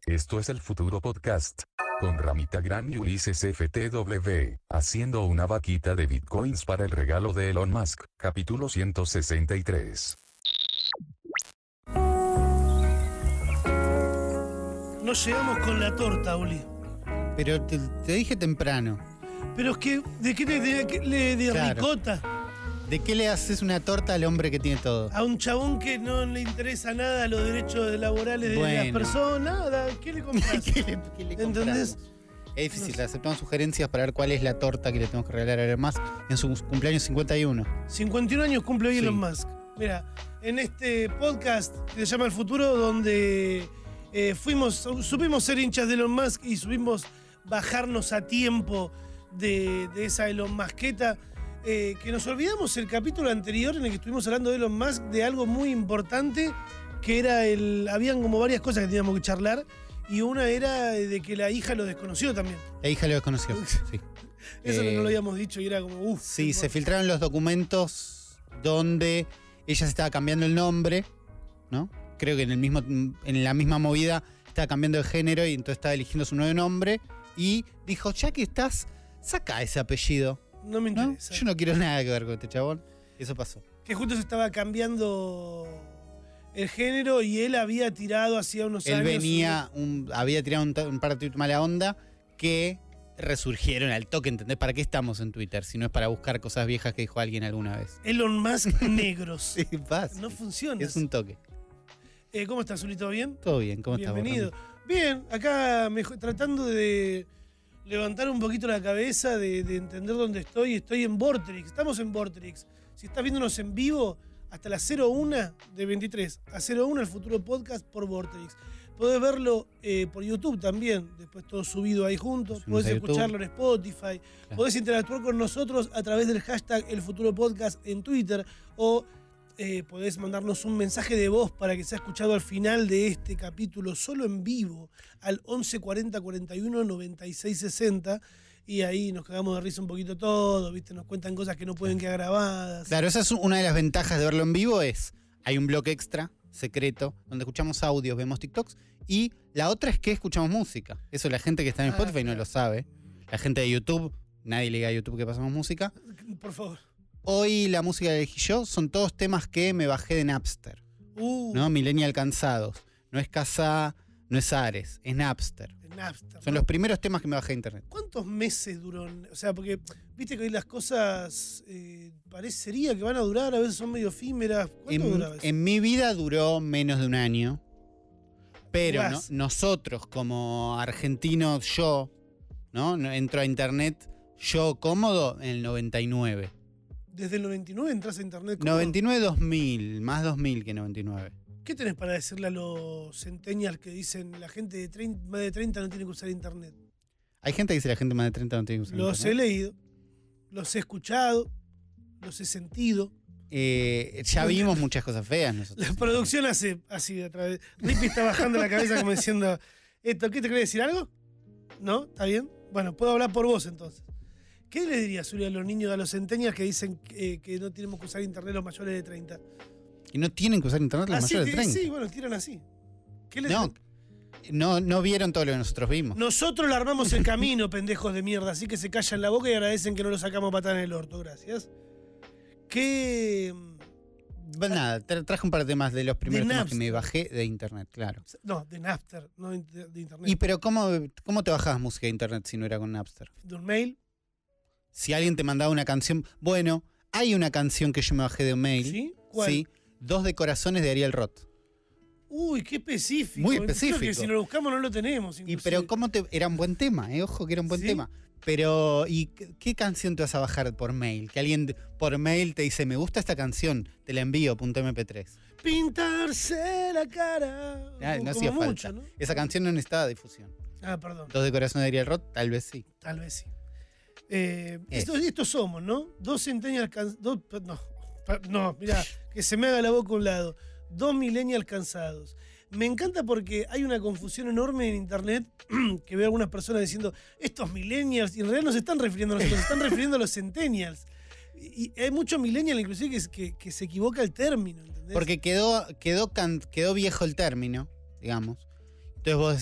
Esto es el Futuro Podcast. Con Ramita Gran y Ulises FTW, haciendo una vaquita de bitcoins para el regalo de Elon Musk, capítulo 163. No llegamos con la torta, Uli. Pero te dije temprano. Pero es que, ¿de qué de Claro. ricota? ¿De qué le haces una torta al hombre que tiene todo? A un chabón que no le interesa nada los derechos laborales de las Bueno. personas, nada. ¿Qué le compras? ¿Qué le ¿Entendés? compramos? Es difícil, aceptamos sugerencias para ver cuál es la torta que le tenemos que regalar a Elon Musk en su cumpleaños 51. 51 años cumple hoy Sí. Elon Musk. Mira, en este podcast que se llama El Futuro, donde supimos ser hinchas de Elon Musk y supimos bajarnos a tiempo de esa Elon Musketa, que nos olvidamos el capítulo anterior en el que estuvimos hablando de Elon Musk de algo muy importante, que era habían como varias cosas que teníamos que charlar, y una era de que la hija lo desconoció también. La hija lo desconoció. Sí. Eso no lo habíamos dicho y era como, uff. Sí, se filtraron los documentos donde ella se estaba cambiando el nombre, ¿no? Creo que en la misma movida estaba cambiando de género y entonces estaba eligiendo su nuevo nombre y dijo, ya que estás, saca ese apellido. No me ¿No? interesa. Yo no quiero nada que ver con este chabón. Eso pasó. Que justo se estaba cambiando el género y él había tirado hacía unos años. Había tirado un par de tweets mala onda que resurgieron al toque, ¿entendés? ¿Para qué estamos en Twitter? Si no es para buscar cosas viejas que dijo alguien alguna vez. Elon Musk negros. Sí, pasa. No funciona. Es un toque. ¿Cómo estás, Zuli? ¿Todo bien? Todo bien, ¿cómo estás? Bienvenido. Bien, acá tratando de levantar un poquito la cabeza, de entender dónde estoy. Estoy en Vorterix. Estamos en Vorterix. Si estás viéndonos en vivo, hasta las 01 de 23 a 01 el Futuro Podcast por Vorterix. Podés verlo por YouTube también, después todo subido ahí juntos. Subimos Podés a escucharlo en Spotify. Claro. Podés interactuar con nosotros a través del hashtag El Futuro Podcast en Twitter o podés mandarnos un mensaje de voz para que sea escuchado al final de este capítulo solo en vivo al 11 40 41 96 60 y ahí nos cagamos de risa un poquito todo, ¿viste? Nos cuentan cosas que no pueden quedar grabadas. Claro, esa es una de las ventajas de verlo en vivo, hay un bloque extra, secreto, donde escuchamos audios, vemos TikToks, y la otra es que escuchamos música. Eso la gente que está en Spotify no lo sabe. La gente de YouTube, nadie le diga a YouTube que pasamos música. Por favor. Hoy la música que elegí yo son todos temas que me bajé de Napster, ¿no? Millennial Cansados. No es Kazaa, no es Ares, es Napster. De Napster. Son los primeros temas que me bajé de internet. ¿Cuántos meses duró? O sea, porque viste que hoy las cosas parecería que van a durar, a veces son medio efímeras. ¿Cuánto duraba eso? En mi vida duró menos de un año, pero Guas. nosotros como argentinos, ¿no? Entro a internet yo cómodo en el 99. Desde el 99 entras a internet. ¿Cómo? 99-2000, más 2000 que 99. ¿Qué tenés para decirle a los centennials que dicen la gente de más de 30 no tiene que usar internet? Hay gente que dice la gente más de 30 no tiene que usar Los he internet. leído, los he escuchado, los he sentido. Ya vimos muchas cosas feas nosotros. La producción hace así a través. Rippy está bajando la cabeza como diciendo, ¿esto qué te quiere decir algo? ¿No? ¿Está bien? Bueno, puedo hablar por vos entonces. ¿Qué le dirías, Uri, a los niños, a los centennials que dicen que no tenemos que usar internet los mayores de 30? Y no tienen que usar internet los mayores de 30. Sí, bueno, tiran así. ¿Qué les No vieron todo lo que nosotros vimos. Nosotros le armamos el camino, pendejos de mierda, así que se callan la boca y agradecen que no lo sacamos patada en el orto, gracias. ¿Qué? Bueno, nada, traje un par de temas de los primeros temas que Napster. me bajé de internet, claro. No, de Napster, no de internet. ¿Y pero cómo te bajabas música de internet si no era con Napster? ¿De un mail? Si alguien te mandaba una canción, bueno, hay una canción que yo me bajé de un mail. ¿Sí? ¿Cuál? Sí, 2 de Corazones de Ariel Roth. Uy, qué específico. Muy Creo específico. que si lo buscamos no lo tenemos. Y inclusive. pero era un buen tema, ojo que era un buen ¿Sí? tema. Pero, ¿y qué canción te vas a bajar por mail? Que alguien por mail te dice, me gusta esta canción, te la envío, .mp3. Pintarse la cara. Ah, no como hacía mucho, falta. ¿no? Esa canción no necesitaba difusión. Ah, perdón. 2 de Corazones de Ariel Roth, tal vez sí. Tal vez sí. Estos somos, ¿no? 2 centennials cansados. No, mirá, que se me haga la boca a un lado. 2 millennials cansados. Me encanta porque hay una confusión enorme en internet que veo a algunas personas diciendo estos millennials, y en realidad no se están refiriendo a nosotros, se están refiriendo a los centennials. Y hay muchos millennials inclusive que se equivoca el término, ¿entendés? Porque quedó viejo el término, digamos. Entonces vos decís,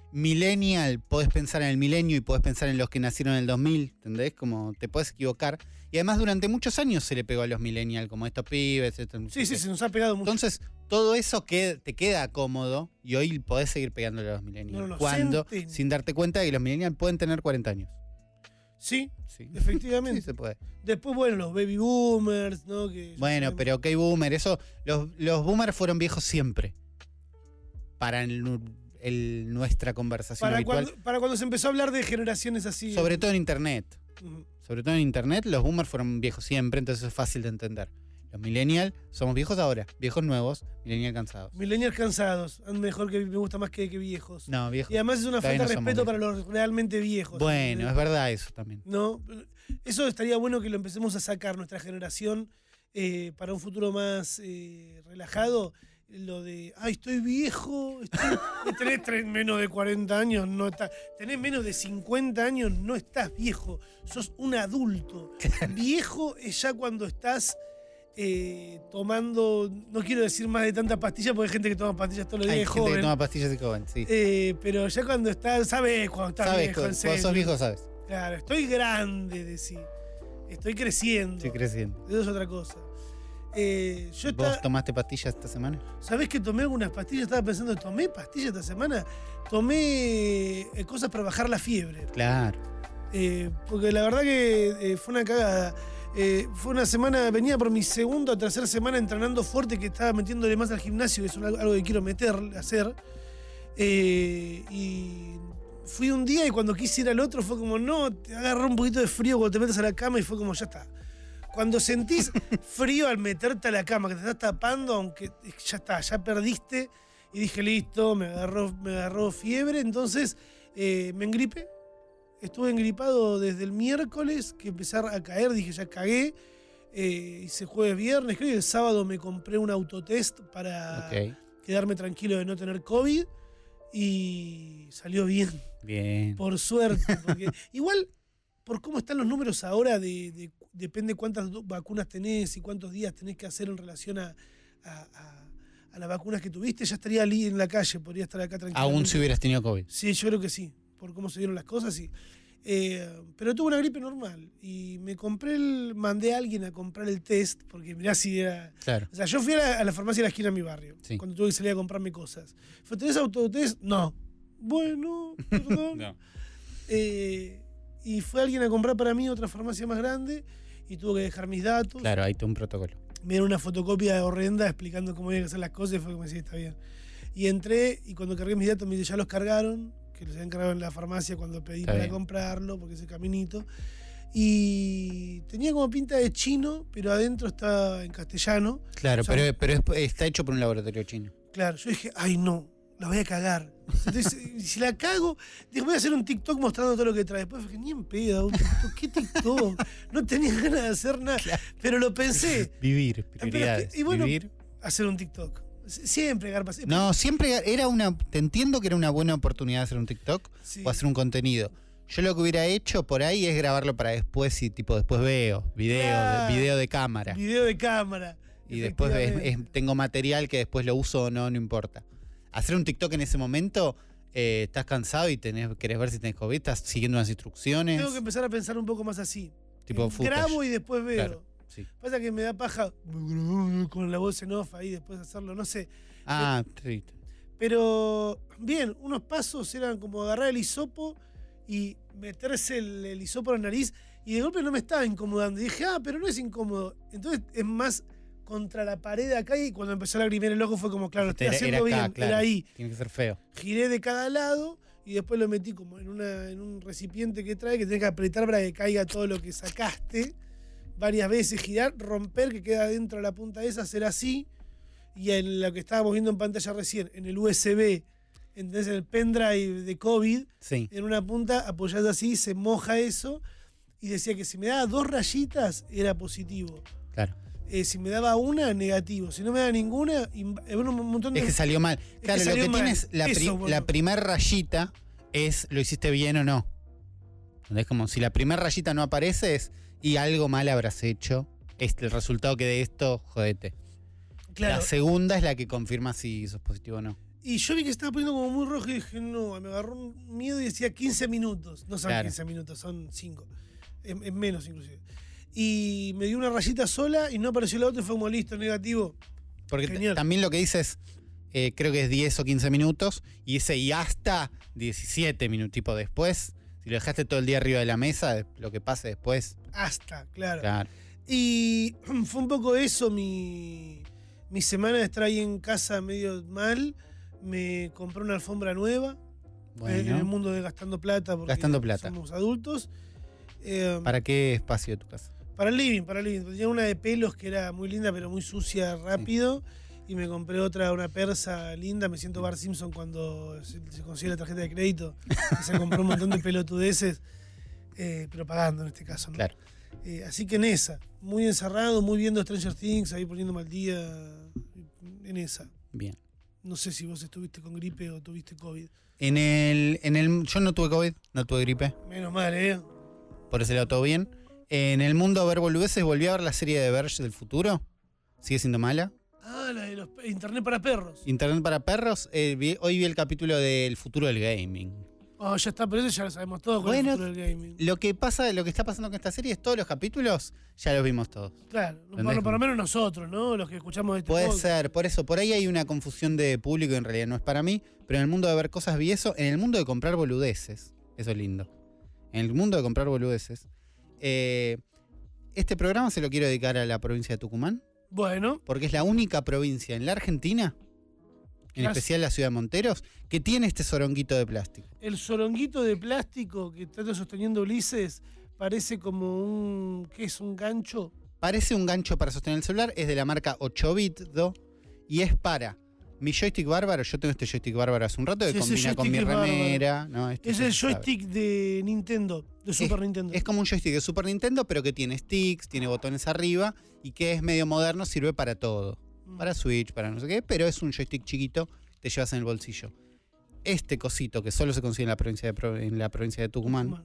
millennial, podés pensar en el milenio y podés pensar en los que nacieron en el 2000, ¿entendés? Como te podés equivocar. Y además durante muchos años se le pegó a los millennial, como estos pibes. Sí, se nos ha pegado mucho. Entonces, todo eso te queda cómodo y hoy podés seguir pegándole a los millennials. No, Sin darte cuenta de que los millennials pueden tener 40 años. Sí, efectivamente. Sí, se puede. Después, bueno, los baby boomers, ¿no? Bueno, pero ok, boomer, eso. Los boomers fueron viejos siempre. Para nuestra conversación habitual. Para cuando se empezó a hablar de generaciones así. Sobre todo en internet. Uh-huh. Sobre todo en internet, los boomers fueron viejos siempre, entonces es fácil de entender. Los millennials somos viejos ahora, viejos nuevos, millennials cansados. Millennials cansados, mejor que me gusta más que viejos. No, viejos. Y además es una falta de respeto para los realmente viejos. Bueno, ¿sí? Es verdad eso también. No, eso estaría bueno que lo empecemos a sacar nuestra generación para un futuro más relajado. Lo de, ay, estoy viejo, tenés menos de 40 años, no estás, tenés menos de 50 años, no estás viejo, sos un adulto. Viejo es ya cuando estás tomando, no quiero decir más de tantas pastillas, porque hay gente que toma pastillas todos los días. Hay de gente joven. que toma pastillas de joven, sí. Pero ya cuando estás, sabes cuando estás viejo, en serio. Cuando sos viejo sabes. Claro, estoy grande, decir. Estoy creciendo. Estoy creciendo. Eso es otra cosa. ¿Vos tomaste pastillas esta semana? ¿Sabés que tomé algunas pastillas? Estaba pensando, ¿tomé pastillas esta semana? Tomé cosas para bajar la fiebre. Claro. Porque la verdad que fue una cagada. Fue una semana, venía por mi segunda o tercera semana entrenando fuerte, que estaba metiéndole más al gimnasio, que es algo que quiero hacer. Y fui un día y cuando quise ir al otro fue como, no, te agarró un poquito de frío cuando te metes a la cama y fue como, ya está. Cuando sentís frío al meterte a la cama, que te estás tapando, aunque ya está, ya perdiste. Y dije, listo, me agarró fiebre, entonces me engripé. Estuve engripado desde el miércoles, que empecé a caer, dije, ya cagué. Hice jueves, viernes, creo que el sábado me compré un autotest para quedarme tranquilo de no tener COVID. Y salió bien. Bien. Por suerte. Porque igual, por cómo están los números ahora, depende cuántas vacunas tenés y cuántos días tenés que hacer en relación a las vacunas que tuviste, ya estaría en la calle, podría estar acá tranquilo. Aún si hubieras tenido COVID. Sí, yo creo que sí, por cómo se dieron las cosas, sí. Pero tuve una gripe normal y mandé a alguien a comprar el test, porque mirá si era... Claro. O sea, yo fui a la farmacia de la esquina de mi barrio, sí, cuando tuve que salir a comprarme cosas. ¿Tenés autotest? No. Bueno, perdón. No. Y fue alguien a comprar para mí otra farmacia más grande y tuvo que dejar mis datos. Claro, hay todo un protocolo. Me dieron una fotocopia horrenda explicando cómo iban a hacer las cosas y fue como decía, está bien. Y entré y cuando cargué mis datos me dice, ya los cargaron, que los habían cargado en la farmacia cuando pedí está para bien comprarlo, porque es el caminito. Y tenía como pinta de chino, pero adentro está en castellano. Claro, o sea, pero está hecho por un laboratorio chino. Claro, yo dije, ay no, la voy a cagar. Entonces, si la cago, dije, voy a hacer un TikTok mostrando todo lo que trae. Después dije, ni en pedo, un TikTok, ¿qué TikTok? No tenía ganas de hacer nada. Claro. Pero lo pensé. Vivir, prioridades. Y bueno, vivir. Hacer un TikTok. Siempre, Garpas. No, siempre era te entiendo que era una buena oportunidad de hacer un TikTok, sí, o hacer un contenido. Yo lo que hubiera hecho por ahí es grabarlo para después y después veo video de cámara. Video de cámara. Y después tengo material que después lo uso o no importa. Hacer un TikTok en ese momento, estás cansado y querés ver si tenés COVID, estás siguiendo unas instrucciones. Tengo que empezar a pensar un poco más así. Tipo grabo y después veo. Claro, sí. Pasa que me da paja con la voz en off ahí después hacerlo, no sé. Sí. Pero bien, unos pasos eran como agarrar el hisopo y meterse el hisopo en la nariz y de golpe no me estaba incomodando. Y dije, pero no es incómodo. Entonces es más contra la pared de acá y cuando empezó a lagrimear el ojo fue como, claro, lo estoy haciendo bien, claro, era ahí. Tiene que ser feo. Giré de cada lado y después lo metí como en un recipiente que trae, que tenés que apretar para que caiga todo lo que sacaste. Varias veces girar, romper, que queda dentro de la punta esa, hacer así. Y en lo que estábamos viendo en pantalla recién, en el USB, entonces en el pendrive de COVID, sí, en una punta apoyás así, se moja eso. Y decía que si me daba 2 rayitas, era positivo. Claro. Si me daba una, negativo. Si no me daba ninguna, un montón de... Es que salió mal. Claro, lo que tienes, la primera rayita es, ¿lo hiciste bien o no? Es como, si la primera rayita no aparece, y algo mal habrás hecho. El resultado que de esto, jodete. Claro. La segunda es la que confirma si sos positivo o no. Y yo vi que se estaba poniendo como muy rojo y dije, no, me agarró un miedo y decía 15 minutos. No son 15 minutos, son 5. Es menos inclusive. Y me dio una rayita sola y no apareció la otra y fue como listo, negativo. Porque también lo que dices, creo que es 10 o 15 minutos, y dice, y hasta 17 minutos, tipo después, si lo dejaste todo el día arriba de la mesa, lo que pase después. Hasta, claro. Y fue un poco eso, mi semana de estar ahí en casa medio mal. Me compré una alfombra nueva. Bueno. En el mundo de gastando plata, porque somos adultos. ¿Para qué espacio de tu casa? Para el living. Tenía una de pelos que era muy linda, pero muy sucia rápido. Sí. Y me compré otra, una persa linda. Me siento Bart Simpson cuando se consigue la tarjeta de crédito. Y se compró un montón de pelotudeces, pero pagando en este caso, ¿no? Claro. Así que en esa, muy encerrado, muy viendo Stranger Things, ahí poniéndome al día en esa. Bien. No sé si vos estuviste con gripe o tuviste COVID. Yo no tuve COVID, no tuve gripe. Menos mal, Por ese lado todo bien. En el mundo a ver boludeces, volví a ver la serie de Verge del futuro. ¿Sigue siendo mala? Ah, la de los Internet para perros. Internet para perros. Hoy vi el capítulo del futuro del gaming. Oh, ya está, pero eso ya lo sabemos todo con el futuro del gaming. Lo que está pasando con esta serie es todos los capítulos, ya los vimos todos. Claro, por lo menos nosotros, ¿no? Los que escuchamos de este Puede podcast. ser, por eso, por ahí hay una confusión de público y en realidad no es para mí, pero en el mundo de ver cosas vi eso, en el mundo de comprar boludeces, eso es lindo. En el mundo de comprar boludeces, este programa se lo quiero dedicar a la provincia de Tucumán. Bueno. Porque es la única provincia en la Argentina, en especial la ciudad de Monteros, que tiene este soronguito de plástico. El soronguito de plástico que está sosteniendo Ulises parece como un... ¿Qué es? ¿Un gancho? Parece un gancho para sostener el celular, es de la marca 8-bit y es para mi joystick bárbaro. Yo tengo este joystick bárbaro hace un rato que combina con mi remera. No, es el joystick de Nintendo, de Super Nintendo. Es como un joystick de Super Nintendo, pero que tiene sticks, tiene botones arriba y que es medio moderno, sirve para todo. Para Switch, para no sé qué, pero es un joystick chiquito, te llevas en el bolsillo. Este cosito que solo se consigue en la provincia de Tucumán,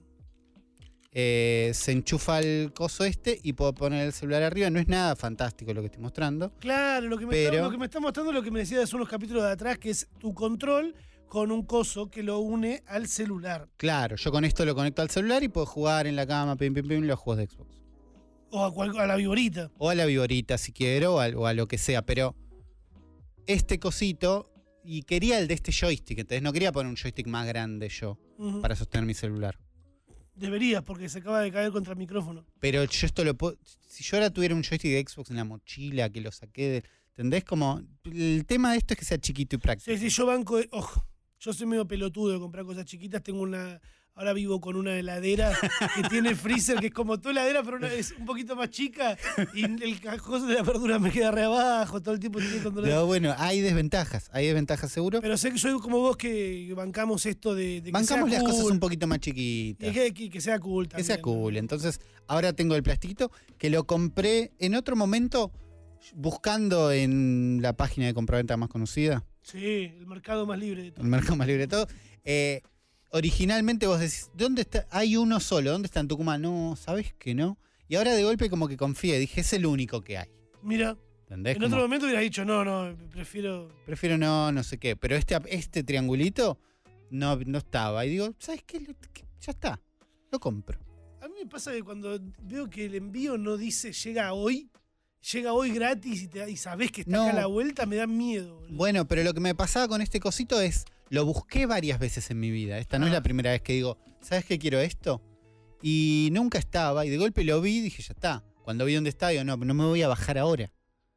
se enchufa el coso y puedo poner el celular arriba. No es nada fantástico lo que estoy mostrando. Claro, lo que me está mostrando es lo que me decía hace unos capítulos de atrás, que es tu control con un coso que lo une al celular. Claro, yo con esto lo conecto al celular y puedo jugar en la cama, los juegos de Xbox. O a la viborita. O a la viborita si quiero, o a lo que sea, pero este cosito, y quería el de este joystick, entonces no quería poner un joystick más grande yo para sostener mi celular. Deberías, porque se acaba de caer contra el micrófono. Pero yo esto lo puedo... Si yo ahora tuviera un joystick de Xbox en la mochila, que lo saqué ¿entendés? Como... El tema de esto es que sea chiquito y práctico. Sí, yo banco... Ojo, yo soy medio pelotudo de comprar cosas chiquitas. Tengo una... Ahora vivo con una heladera que tiene freezer, que es como tu heladera, pero es un poquito más chica. Y el cajón de la verdura me queda re abajo, todo el tiempo tiene que controlar. Pero bueno, hay desventajas seguro. Pero sé que soy como vos que bancamos esto de que bancamos sea las cool. Cosas un poquito más chiquitas. Y que sea cool también. Que sea cool. Entonces, ahora tengo el plastiquito que lo compré en otro momento buscando en la página de compraventa más conocida. Sí, el mercado más libre de todo. El mercado más libre de todo. Originalmente vos decís, ¿dónde está? Hay uno solo, ¿dónde está en Tucumán? No, ¿sabés que no? Y ahora de golpe como que confié, dije, es el único que hay. Mira, ¿entendés? En otro momento hubieras dicho, no, prefiero... Prefiero no sé qué, pero este triangulito no estaba. Y digo, ¿sabes qué? Ya está, lo compro. A mí me pasa que cuando veo que el envío no dice llega hoy gratis y sabés que está acá a la vuelta, me da miedo. Boludo. Bueno, pero lo que me pasaba con este cosito es, lo busqué varias veces en mi vida. Esta no es la primera vez que digo, ¿sabes qué quiero esto? Y nunca estaba, y de golpe lo vi y dije, ya está. Cuando vi dónde estaba, digo, no me voy a bajar ahora.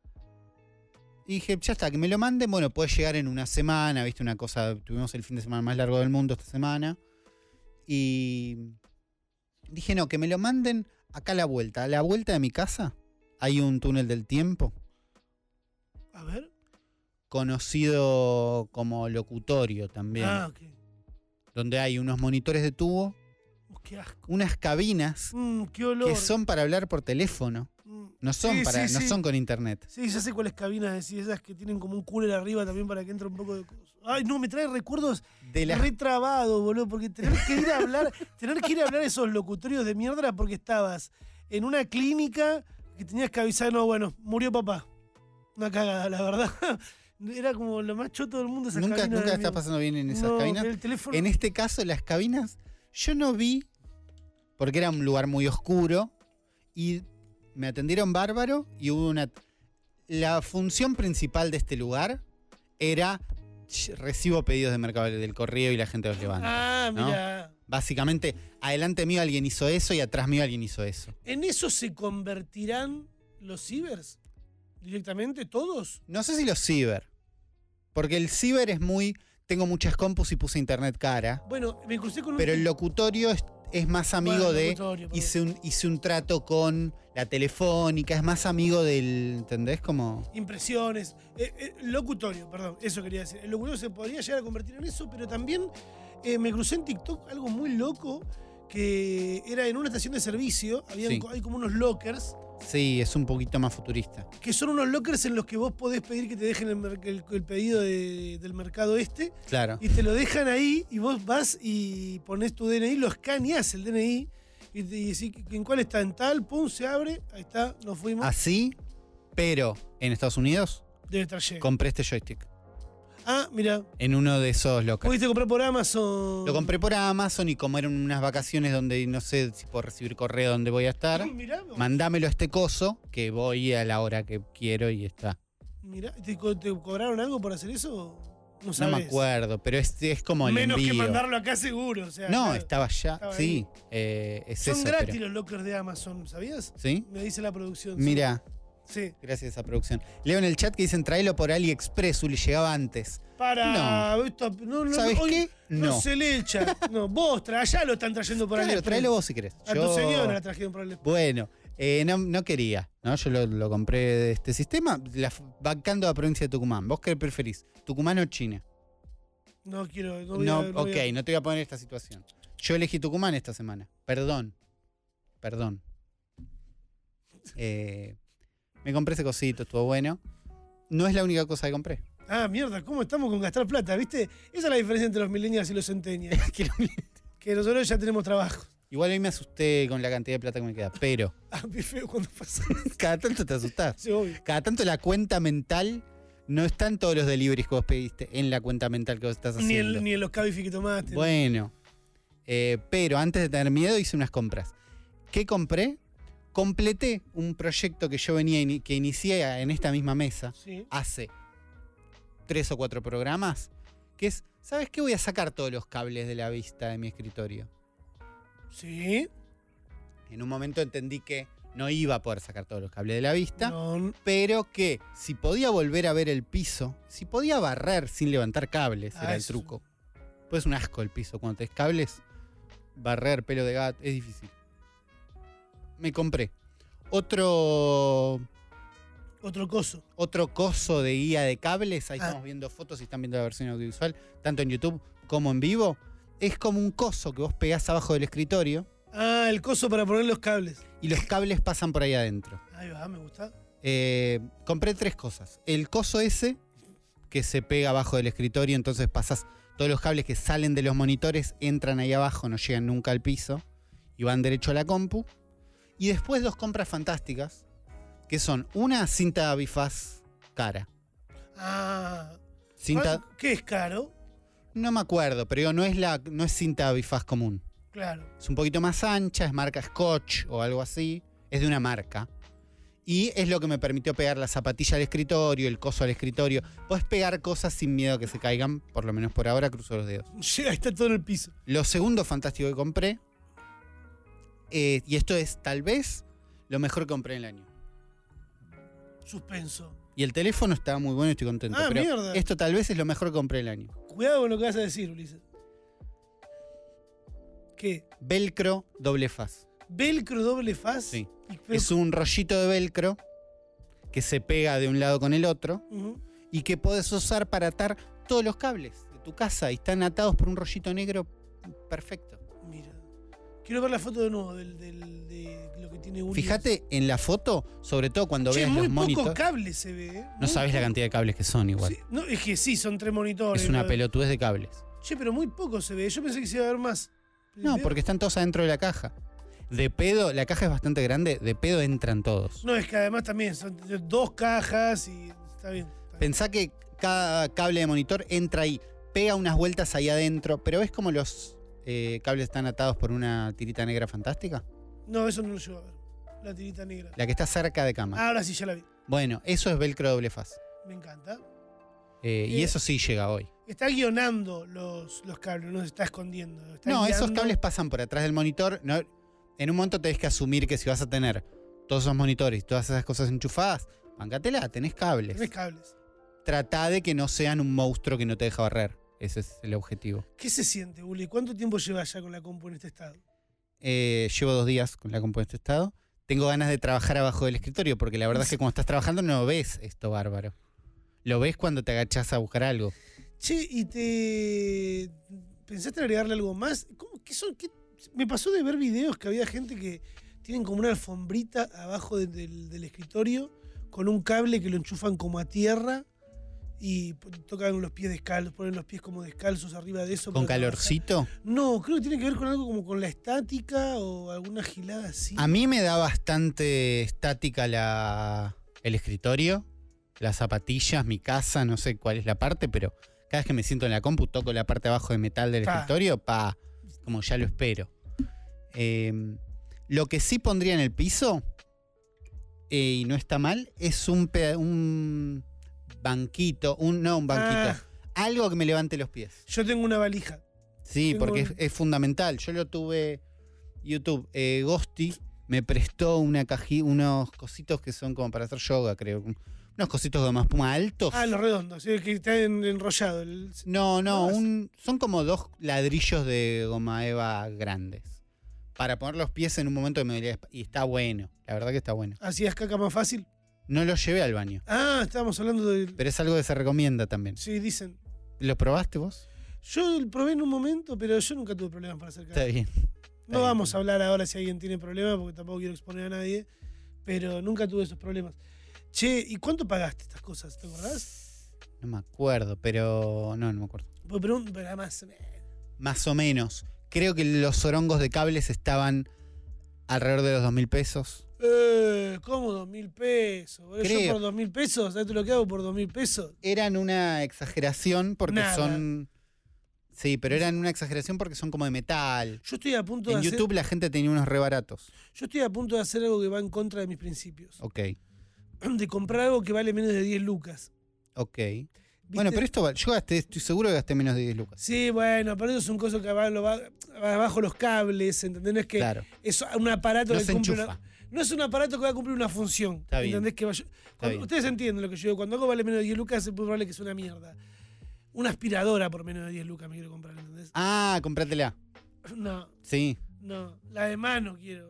Y dije, ya está, que me lo manden, bueno, puede llegar en una semana, viste, una cosa, tuvimos el fin de semana más largo del mundo esta semana. Y dije, no, que me lo manden acá a la vuelta de mi casa. Hay un túnel del tiempo. A ver. Conocido como locutorio también. Ah, ok. Donde hay unos monitores de tubo. Qué asco. Unas cabinas. Qué olor. Que son para hablar por teléfono. No son no son con internet. Sí, ya sé cuáles cabinas decís, esas que tienen como un cooler arriba también para que entre un poco de cosas. Ay, no, me trae recuerdos re trabado, boludo, porque tener que ir a hablar esos locutorios de mierda porque estabas en una clínica que tenías que avisar, no, bueno, murió papá. Una cagada, la verdad. Era como lo más choto del mundo esa Nunca cabina. la estás pasando bien en esas No, cabinas. el teléfono. En este caso, las cabinas, yo no vi, porque era un lugar muy oscuro, y me atendieron bárbaro, y hubo una... La función principal de este lugar era, recibo pedidos de Mercado del Correo y la gente los levanta. Ah, ¿no? mira. Básicamente, adelante mío alguien hizo eso y atrás mío alguien hizo eso. ¿En eso se convertirán los cibers? ¿Directamente todos? No sé si los ciber, porque el ciber es muy... Tengo muchas compus y puse internet cara, Bueno, me crucé con un... pero el locutorio es más amigo Bueno, de... locutorio, perdón. Hice un trato con la telefónica, es más amigo del... ¿Entendés? Como... Impresiones. Locutorio, perdón, eso quería decir. El locutorio se podría llegar a convertir en eso, pero también me crucé en TikTok algo muy loco, que era en una estación de servicio, Sí. hay como unos lockers, Sí, es un poquito más futurista. que son unos lockers en los que vos podés pedir que te dejen el pedido del mercado este, Claro. y te lo dejan ahí, y vos vas y pones tu DNI, lo escaneás el DNI, y decís en cuál está, en tal, pum, se abre, ahí está, nos fuimos, Así, pero en Estados Unidos debe estar lleno. compré este joystick. Ah, mira, En uno de esos lockers. pudiste comprar por Amazon. Lo compré por Amazon y como eran unas vacaciones donde no sé si puedo recibir correo donde voy a estar, Mirá, mandámelo a este coso que voy a la hora que quiero y está. mirá, ¿te cobraron algo por hacer eso? No No sabes. me acuerdo, pero es como el Menos envío. que mandarlo acá seguro. O sea, No, claro. estaba ya. Estaba Sí, es Son eso. gratis pero- los lockers de Amazon, ¿sabías? ¿Sí? Me dice la producción. Mira, Sí. gracias a producción. Leo en el chat que dicen tráelo por AliExpress, Uli, llegaba antes. Para. Esto, no, ¿Sabes hoy qué? No No. se le echa. No, vos, allá lo están trayendo por Claro, AliExpress. tráelo vos si querés. A tu señora la trajeron por AliExpress. Bueno, no quería, ¿no? Yo lo compré de este sistema, bancando a la provincia de Tucumán. ¿Vos qué preferís? ¿Tucumán o China? No quiero. No, No, voy a- ok, no te voy a poner esta situación. Yo elegí Tucumán esta semana. Perdón. Me compré ese cosito, estuvo bueno. No es la única cosa que compré. Ah, mierda, ¿cómo estamos con gastar plata? ¿Viste? Esa es la diferencia entre los millennials y los centennials. Que nosotros ya tenemos trabajo. Igual hoy me asusté con la cantidad de plata que me queda, pero Ah, qué feo cuando pasa. cada tanto te asustás. Sí, obvio. Cada tanto la cuenta mental no están todos los deliveries que vos pediste en la cuenta mental que vos estás Ni haciendo. en los Cabify que tomaste. Bueno, pero antes de tener miedo hice unas compras. ¿Qué compré? Completé un proyecto que yo venía que inicié en esta misma mesa Sí. hace 3 o 4 programas, que es, ¿sabes qué? Voy a sacar todos los cables de la vista de mi escritorio. Sí. En un momento entendí que no iba a poder sacar todos los cables de la vista, No, pero que si podía volver a ver el piso, si podía barrer sin levantar cables, era el eso. truco. Pues es un asco el piso, cuando tenés cables, barrer pelo de gato, es difícil. Me compré otro coso de guía de cables, ahí Ah. estamos viendo fotos y están viendo la versión audiovisual, tanto en YouTube como en vivo. Es como un coso que vos pegás abajo del escritorio Ah, el coso para poner los cables. y los cables pasan por ahí adentro. Ahí va, me gusta. Compré 3 cosas. El coso ese, que se pega abajo del escritorio, entonces pasás todos los cables que salen de los monitores, entran ahí abajo, no llegan nunca al piso y van derecho a la compu. Y después 2 compras fantásticas, que son una cinta bifaz cara. Ah. Cinta, ¿Qué es caro? no me acuerdo, pero digo, no es cinta bifaz común. Claro. Es un poquito más ancha, es marca Scotch o algo así. Es de una marca. Y es lo que me permitió pegar la zapatilla al escritorio, el coso al escritorio. Podés pegar cosas sin miedo a que se caigan, por lo menos por ahora, cruzo los dedos. Llega, está todo en el piso. Lo segundo fantástico que compré, y esto es tal vez lo mejor que compré en el año. Suspenso. Y el teléfono estaba muy bueno y estoy contento. Ah, pero mierda. esto tal vez es lo mejor que compré en el año. Cuidado con lo que vas a decir, Ulises. ¿Qué? Velcro doble faz. ¿Velcro doble faz? Sí. Pero- Es un rollito de velcro que se pega de un lado con el otro Ujú. y que podés usar para atar todos los cables de tu casa y están atados por un rollito negro perfecto. Mira. Quiero ver la foto de nuevo de lo que tiene Uli. Fíjate en la foto, sobre todo cuando Che, veas muy los poco monitores. cable se ve, ¿eh? No Muy sabes la poco. cantidad de cables que son igual. Sí, no, es que sí, son 3 monitores. Es una ¿no? pelotudez de cables. Che, pero muy poco se ve. Yo pensé que se iba a ver más. No, porque están todos adentro de la caja. De pedo, la caja es bastante grande, de pedo entran todos. No, es que además también son 2 cajas y está bien. Está bien. Pensá que cada cable de monitor entra ahí, pega unas vueltas ahí adentro, pero ¿ves cómo los cables están atados por una tirita negra fantástica? No, eso no lo llevo a ver. La tirita negra. La que está cerca de cama. Ahora sí ya la vi. Bueno, eso es velcro doble faz. Me encanta. Y eso sí llega hoy. Está guionando los cables, no se está escondiendo. Está No, esos guiando. cables pasan por atrás del monitor. No, en un momento tenés que asumir que si vas a tener todos esos monitores y todas esas cosas enchufadas, bancatela, tenés cables. Tenés cables. Tratá de que no sean un monstruo que no te deja barrer. Ese es el objetivo. ¿Qué se siente, Uli? ¿Cuánto tiempo llevas ya con la compu en este estado? Llevo 2 días con la compu en este estado. Tengo ganas de trabajar abajo del escritorio porque la verdad es que cuando estás trabajando no ves esto bárbaro. Lo ves cuando te agachás a buscar algo. Che, ¿y te pensaste en agregarle algo más? ¿Cómo? Me pasó de ver videos que había gente que tienen como una alfombrita abajo del escritorio con un cable que lo enchufan como a tierra y tocan los pies descalzos, ponen los pies como descalzos arriba de eso. ¿Con para trabajar. calorcito? No, creo que tiene que ver con algo como con la estática o alguna gilada así. A mí me da bastante estática el escritorio, las zapatillas, mi casa, no sé cuál es la parte, pero cada vez que me siento en la compu toco la parte de abajo de metal del escritorio, como ya lo espero. Lo que sí pondría en el piso, y no está mal, es un banquito, no un banquito, algo que me levante los pies. Yo tengo una valija. Sí, porque es fundamental. Yo lo tuve, YouTube, Ghosty me prestó unos cositos que son como para hacer yoga, creo. Unos cositos de goma espuma altos. Los redondos, sí, que está enrollado. No, son como 2 ladrillos de goma eva grandes. Para poner los pies en un momento de movilidad. Y está bueno, la verdad que está bueno. ¿Hacías caca más fácil? No lo llevé al baño. Estábamos hablando de... Pero es algo que se recomienda también. Sí, dicen. ¿Lo probaste vos? Yo lo probé en un momento, pero yo nunca tuve problemas para hacer caca. Está bien. No vamos a hablar ahora si alguien tiene problemas, porque tampoco quiero exponer a nadie, pero nunca tuve esos problemas. Che, ¿y cuánto pagaste estas cosas? ¿Te acordás? No me acuerdo, pero... No me acuerdo. Pero más o menos. Más o menos. Creo que los zorongos de cables estaban alrededor de los 2.000 pesos. ¿Cómo 2.000 pesos? Creo. Yo por 2.000 pesos, ¿sabes lo que hago por 2.000 pesos? Eran una exageración porque Nada. son... Sí, pero eran una exageración porque son como de metal. Yo estoy a punto de En hacer... YouTube la gente tenía unos re baratos. Yo estoy a punto de hacer algo que va en contra de mis principios. Ok, De comprar algo que vale menos de 10 lucas. ok. ¿Viste? Bueno, pero esto yo estoy seguro que gasté menos de 10 lucas. Sí, bueno, pero eso es un coso que va abajo los cables, ¿entendés? No es que Claro. es un aparato No que se cumple enchufa. no es un aparato que va a cumplir una función. Está bien. ¿Entendés? bien. Ustedes entienden lo que yo digo. Cuando algo vale menos de 10 lucas es muy probable que sea una mierda. Una aspiradora por menos de 10 lucas me quiero comprar, ¿entendés? Comprátela. No, Sí. no. La de mano quiero.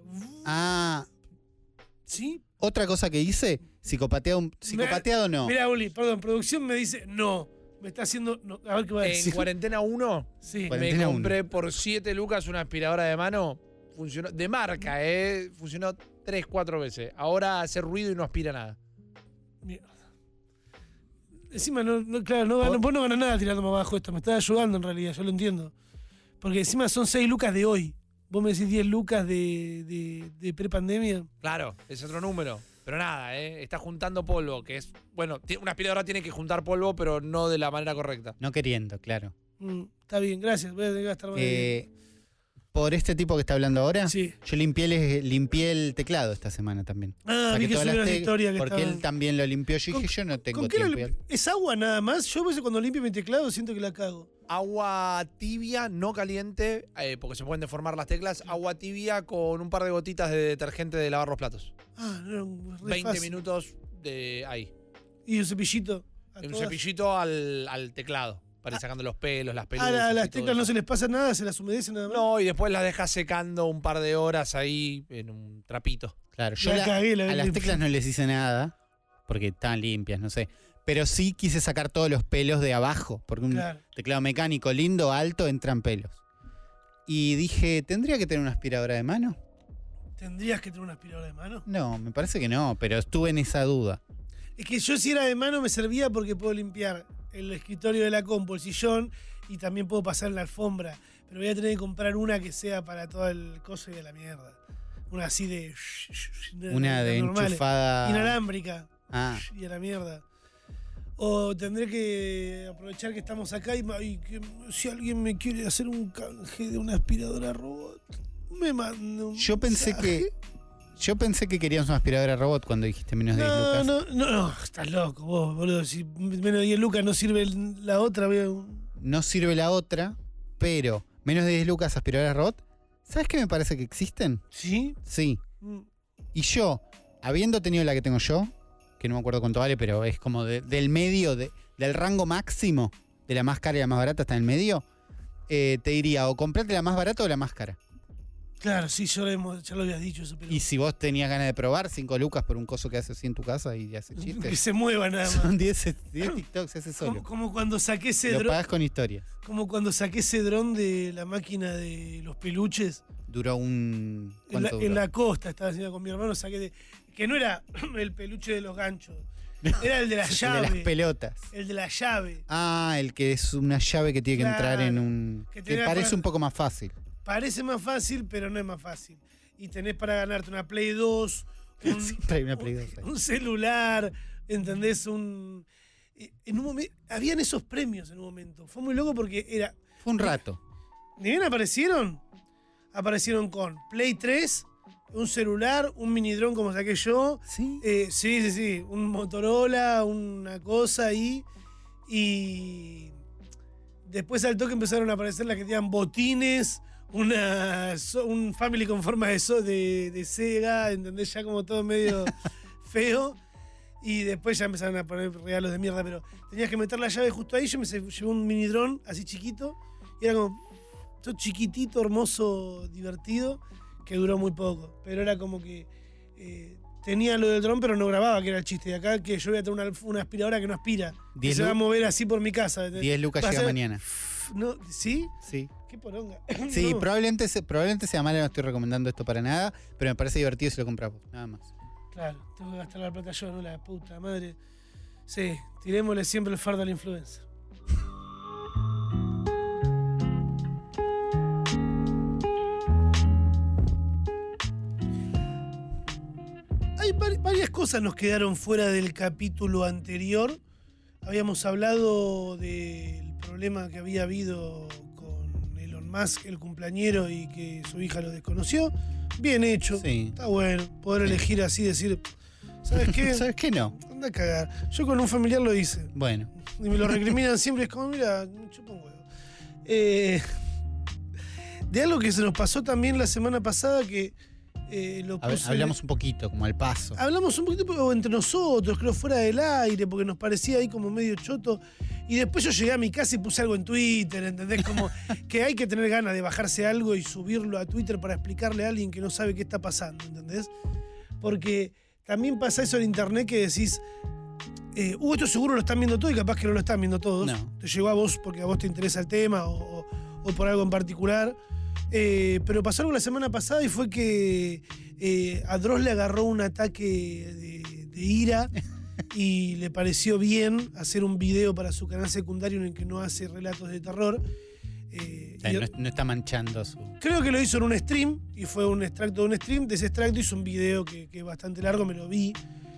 ¿Sí? Otra cosa que hice, psicopateado no. Mira, Uli, perdón, producción me dice no. Me está haciendo. No. A ver qué va a En decir. Cuarentena 1 Sí. Cuarentena me compré 1. por 7 lucas una aspiradora de mano. Funcionó, de marca, funcionó 3, 4 veces. Ahora hace ruido y no aspira nada. Mierda. Encima, vos no ganas nada tirándome abajo esto. Me está ayudando en realidad, yo lo entiendo. Porque encima son 6 lucas de hoy. Vos me decís 10 lucas de prepandemia. Claro, es otro número. Pero nada, está juntando polvo, que es... Bueno, una aspiradora tiene que juntar polvo, pero no de la manera correcta. No queriendo, claro. Está bien, gracias. Voy a tener que gastar más de... Por este tipo que está hablando ahora, Sí. yo limpié el teclado esta semana también. Vi que todas subió las una historia que porque estaba... él también lo limpió. Yo dije, yo no tengo ¿Con qué tiempo. ¿Es agua nada más? Yo a veces cuando limpio mi teclado siento que la cago. Agua tibia, no caliente, porque se pueden deformar las teclas. Agua tibia con un par de gotitas de detergente de lavar los platos. No, re 20 fácil. minutos de ahí. Y un cepillito. Y un cepillito al teclado, para ir sacando los pelos, las peludas. A las y todo teclas no eso. se les pasa nada, se las humedece nada más. No, y después las dejas secando un par de horas ahí en un trapito. Claro, yo La cagué, a las limpié. teclas no les hice nada, porque estaban limpias, no sé. Pero sí quise sacar todos los pelos de abajo, porque un Claro. teclado mecánico lindo, alto, entran pelos. Y dije, ¿tendría que tener una aspiradora de mano? ¿Tendrías que tener una aspiradora de mano? No, me parece que no, pero estuve en esa duda. Es que yo si era de mano me servía porque puedo limpiar el escritorio de la compu, el sillón, y también puedo pasar la alfombra. Pero voy a tener que comprar una que sea para todo el coso y de la mierda. Una así de... Una de normales. enchufada. Inalámbrica. Ah. Y a la mierda. O tendré que aprovechar que estamos acá y que si alguien me quiere hacer un canje de una aspiradora robot, me mande un Yo pensé mensaje. que queríamos una aspiradora robot cuando dijiste menos de 10 lucas. No, estás loco vos, boludo. Si menos de 10 lucas no sirve la otra, No sirve la otra, pero menos de 10 lucas aspiradoras robot. ¿Sabes qué me parece que existen? ¿Sí? Sí. Mm. Y yo, habiendo tenido la que tengo yo, que no me acuerdo cuánto vale, pero es como del medio, del rango máximo de la más cara y la más barata está en el medio, te diría o comprate la más barata o la más cara. Claro, sí, ya lo habías dicho eso, pero Y si vos tenías ganas de probar 5 lucas por un coso que hace así en tu casa y hace que chistes, se mueva nada más. son 10 TikToks, se hace solo. Como cuando saqué ese Lo dron. pagás con historias. Como cuando saqué ese dron de la máquina de los peluches. Duró un... En la, ¿Cuánto en duró? la costa estaba haciendo con mi hermano, que no era el peluche de los ganchos, era el de la El de llave. las pelotas. El de la llave. Ah, el que es una llave que tiene que entrar en Claro, un... que Que tenía parece para- un poco más fácil. Parece más fácil, pero no es más fácil. Y tenés para ganarte una Play 2, Siempre hay una Play 2 ahí. un celular, ¿entendés? En un momento, habían esos premios en un momento. Fue muy loco porque era. Fue un rato. Ni bien aparecieron con Play 3, un celular, un mini dron como saqué yo. ¿Sí? Sí. Un Motorola, una cosa ahí. Y después al toque empezaron a aparecer las que tenían botines, un Family con forma de Sega, ¿entendés? Ya como todo medio feo. Y después ya empezaron a poner regalos de mierda, pero tenías que meter la llave justo ahí. Yo me llevé un mini dron así chiquito. Y era como todo chiquitito, hermoso, divertido, que duró muy poco. Pero era como que tenía lo del dron, pero no grababa, que era el chiste. De acá que yo voy a tener una aspiradora que no aspira. Que 10 se va a mover así por mi casa. 10 lucas Va a llega ser- mañana. No, ¿sí? Sí. Qué poronga. Sí, No. probablemente sea malo, no estoy recomendando esto para nada, pero me parece divertido si lo compras vos, nada más. Claro, tengo que gastar la plata yo, no la puta madre. Sí, tirémosle siempre el fardo al influencer. Hay varias cosas nos quedaron fuera del capítulo anterior. Habíamos hablado del problema que había habido con Elon Musk, el cumpleañero, y que su hija lo desconoció. Bien hecho. Sí. Está bueno poder elegir así, decir, ¿sabes qué? ¿Sabes qué no? Anda a cagar. Yo con un familiar lo hice. Bueno, Y me lo recriminan siempre. Es como, mira, me chupa un huevo. De algo que se nos pasó también la semana pasada, que lo puse... hablamos un poquito, como al paso. Hablamos un poquito pero entre nosotros, creo fuera del aire, porque nos parecía ahí como medio choto. Y después yo llegué a mi casa y puse algo en Twitter, ¿entendés? Como que hay que tener ganas de bajarse algo y subirlo a Twitter para explicarle a alguien que no sabe qué está pasando, ¿entendés? Porque también pasa eso en internet que decís, esto seguro lo están viendo todos y capaz que no lo están viendo todos. No. Te llegó a vos porque a vos te interesa el tema o por algo en particular. Pero pasó algo la semana pasada y fue que a Dross le agarró un ataque de ira y le pareció bien hacer un video para su canal secundario en el que no hace relatos de terror. O sea, no está manchando su... Creo que lo hizo en un stream y fue un extracto de un stream. De ese extracto hizo un video que es bastante largo, me lo vi.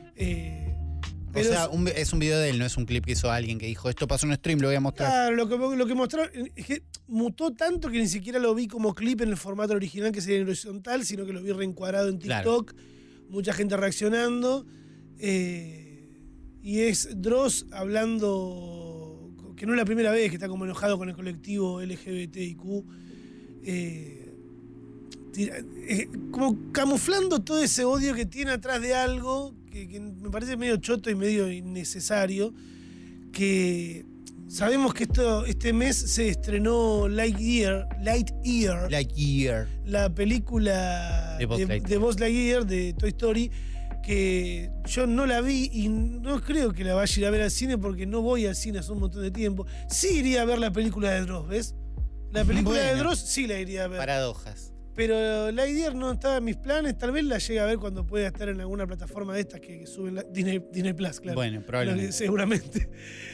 O sea, es un video de él, no es un clip que hizo alguien que dijo, esto pasó en un stream, lo voy a mostrar. Claro, lo que mostraron es que mutó tanto que ni siquiera lo vi como clip en el formato original, que sería en horizontal, sino que lo vi reencuadrado en TikTok, mucha gente reaccionando. Y es Dross hablando, que no es la primera vez que está como enojado con el colectivo LGBTIQ, como camuflando todo ese odio que tiene atrás de algo que me parece medio choto y medio innecesario, que sabemos que este mes se estrenó Lightyear, la película de Buzz Lightyear de Toy Story, que yo no la vi y no creo que la vaya a ir a ver al cine porque no voy al cine hace un montón de tiempo. Sí iría a ver la película de Dross, ¿ves? La película de Dross sí la iría a ver. Paradojas. Pero Lightyear no estaba en mis planes, tal vez la llegue a ver cuando pueda estar en alguna plataforma de estas que suben Disney Plus, claro. Bueno, probablemente. Seguramente.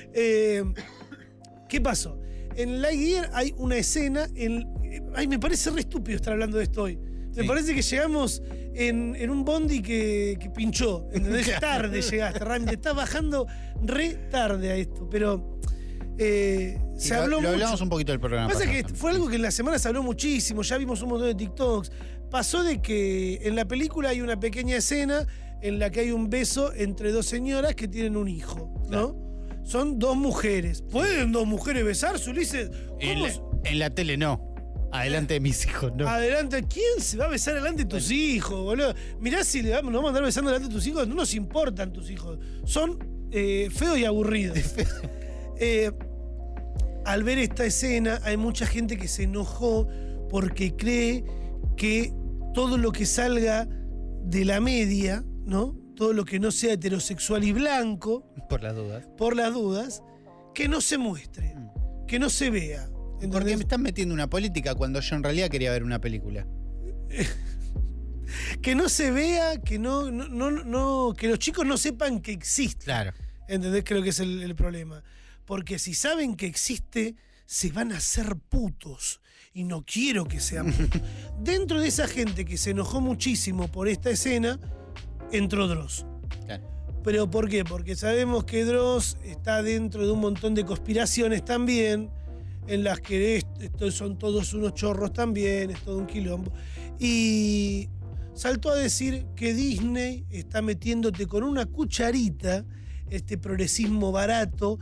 ¿Qué pasó? En Lightyear hay una escena, ay, me parece re estúpido estar hablando de esto hoy. Me parece que llegamos en un bondi que pinchó. ¿Entendés? Tarde llegaste, Rami. Te estás bajando re tarde a esto. Pero se habló mucho. Hablamos un poquito del programa. Pasa que fue algo que en la semana se habló muchísimo. Ya vimos un montón de TikToks. Pasó de que en la película hay una pequeña escena en la que hay un beso entre dos señoras que tienen un hijo, ¿no? Claro. Son dos mujeres. ¿Pueden dos mujeres besarse, Ulises? En la tele no. Adelante de mis hijos, no. Adelante, ¿quién se va a besar delante de tus hijos, boludo? Mirá si nos vamos a andar besando delante de tus hijos, no nos importan tus hijos. Son feos y aburridos. Al ver esta escena, hay mucha gente que se enojó porque cree que todo lo que salga de la media, ¿no? Todo lo que no sea heterosexual y blanco, Por las dudas. que no se muestre, que no se vea. Porque ¿Entendés? me están metiendo una política cuando yo en realidad quería ver una película. Que no se vea, que que los chicos no sepan que existe. Claro. ¿Entendés? Creo que es el problema. Porque si saben que existe, se van a hacer putos. Y no quiero que sean putos. Dentro de esa gente que se enojó muchísimo por esta escena, entró Dross. Claro. ¿Pero por qué? Porque sabemos que Dross está dentro de un montón de conspiraciones también, en las que estos son todos unos chorros también, es todo un quilombo. Y saltó a decir que Disney está metiéndote con una cucharita este progresismo barato